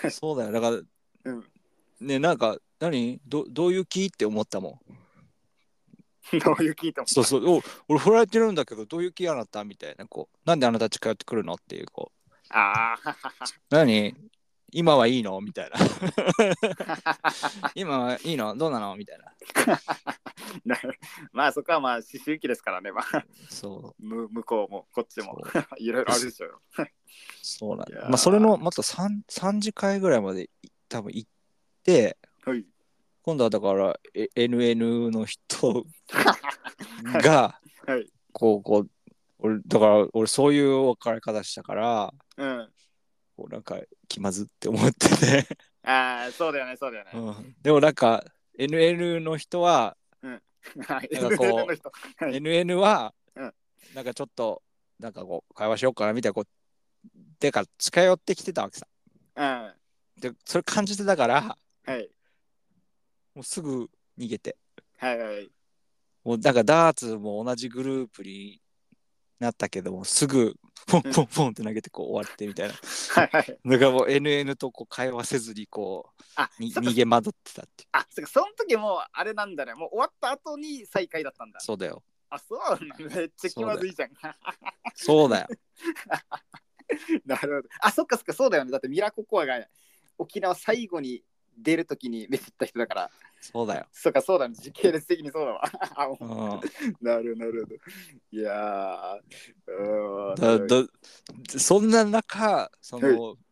B: そうだよ。だから、うん、ね、なんか、何どどういう気って思ったも
A: ん。どういう気って思った。
B: そうそう。お俺、振られてるんだけど、どういう気あなたみたいな。こう、なんであなた近寄ってくるのっていう、こう。
A: ああ。
B: 何今はいいのみたいな。今はいいのどうなのみたいな。
A: まあそこはまあ思春期ですからね、まあ、
B: そう
A: む向こうもこっちもいろいろあるでしょうよ。
B: そうなんだ。まあそれのまた 3, 3次会ぐらいまで多分行って、はい、今度はだから エヌエヌ の人が、はい、こうこう俺だから俺そういう別れ方したから、うん、こうなんか気まずって思ってて
A: ああそうだよねそうだよね、
B: うん、でもなんか エヌエヌ の人は、うん、なんかこう、はい、エヌエヌ は、うん、なんかちょっとなんかこう会話しようかなみたいなこうてか近寄ってきてたわけさ、うん、でそれ感じてたから、はい、もうすぐ逃げて、はいはい、もうなんかダーツも同じグループになったけどもすぐポンポンポンって投げてこう終わってみたいな、はいはい、だからもう エヌエヌ とこう会話せずにこうあに逃げ惑ってたっていう。
A: あ、そ, その時もあれなんだね、もう終わった後に再会だったんだ。
B: そうだよ。
A: あ、そうなんだ、めっちゃ気まずいじゃん。
B: そうだよ。
A: なるほど。あ、そっかそっか、そうだよね。だってミラココアが沖縄最後に出るときに飯行った人だから。
B: そうだよ。
A: そっか、そうだね。時系列的にそうだわ。うん、なるなるほど。いや
B: ー。だだそんな中、その、はい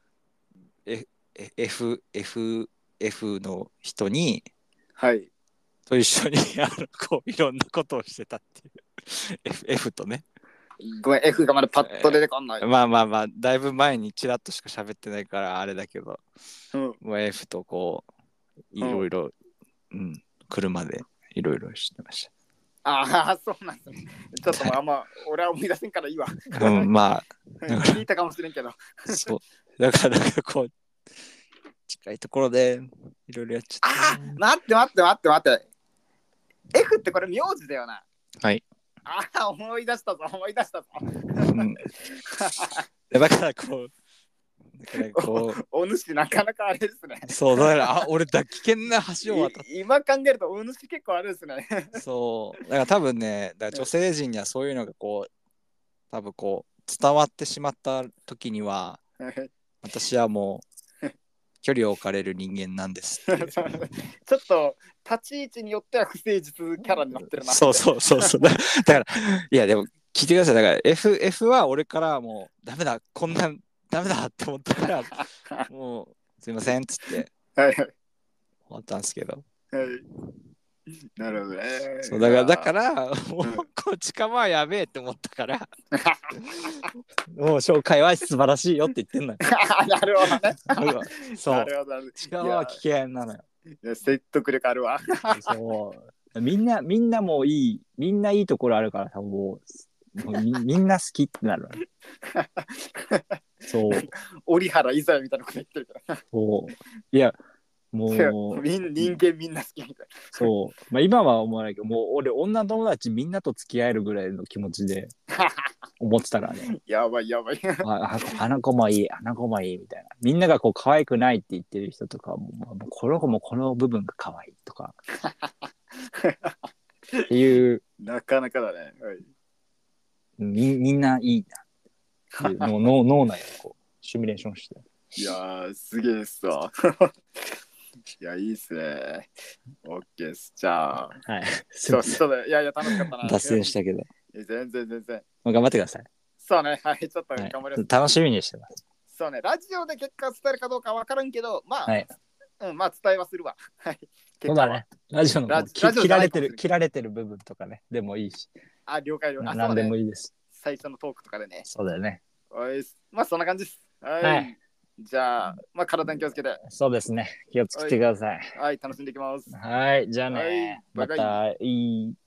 B: 、F、F、F の人に、はい。と一緒にあのこういろんなことをしてたっていう。F, F とね。
A: ごめん、F がまだパッと出てこない、
B: えー。まあまあまあ、だいぶ前にチラッとしか喋ってないからあれだけど、うん、もう F とこう、いろいろ、うん、うん、車でいろいろしてました。
A: ああ、そうなんですね。ちょっとあんま、俺は思い出せんからいいわ。
B: うん、まあ、
A: 聞いたかもしれんけど。
B: そう。だからなんかこう、近いところでいろいろやっちゃった。
A: ああ、待って待って待って待って。F ってこれ名字だよな。
B: はい。
A: ああ、思い出したぞ、思い出したぞ。うん、
B: だからこう、だからこう
A: お、お主なかなかあれですね。
B: そうだからあ俺だ危険な橋を渡った
A: 今考えるとお主結構あれですね。
B: そうだから多分ねだから女性陣にはそういうのがこう多分こう伝わってしまった時には私はもう距離を置かれる人間なんですっていうちょ
A: っと立ち位置によっては不誠実キャラになってるな。
B: そうそうそうそうだからいやでも聞いてくださいだから F, F は俺からもうダメだこんなんダメだって思ったからもうすいませんっつってはいはい終わったんですけど、はい、
A: なるほどね。
B: そうだからだからもうこっちかまはやべえって思ったからもう紹介は素晴らしいよって言ってんのよ。
A: なるほどね。
B: そう。近場は危険なのよ。
A: いや説得力あるわ。
B: そう。
C: みんなみんなもういいみんないいところあるから多分もうもうみみんな好きってなるそう
A: 折原いざやみたいなこと言ってるから
C: そういやもう
A: みん人間みんな好きみたいな
C: そう、まあ、今は思わないけどもう俺女友達みんなと付き合えるぐらいの気持ちで思ってたからね
A: やばいやばい
C: あ, あの子もいいあの子もいいみたいなみんながこう可愛くないって言ってる人とかももうこの子もこの部分が可愛いとかっていう
A: なかなかだね、はい、
C: み, みんないいなっていうのを脳内でこうシミュレーションして
A: いやーすげえっすわいやいいっすねオッケーっすじゃあ
C: はい
A: そうそうだいやいや楽しかったな
C: 脱線したけど
A: 全然全然
C: もう頑張ってください
A: そうねはいちょっと頑張ります、
C: はい、楽しみにしてます
A: そうねラジオで結果伝えるかどうかわからんけどまあ、
C: はい
A: うん、まあ伝えはするわはい
C: そうだねラジオの切られてる切られてる部分とかねでもいいし
A: あ了解了解
C: 何でもいいです、
A: ね、最初のトークとかでね
C: そうだよね
A: おいまあそんな感じですはい、はい、じゃあまあ体に気をつけて
C: そうですね気をつけてください
A: はい、はい、楽しんでいきます
C: はいじゃあね、はい、またいい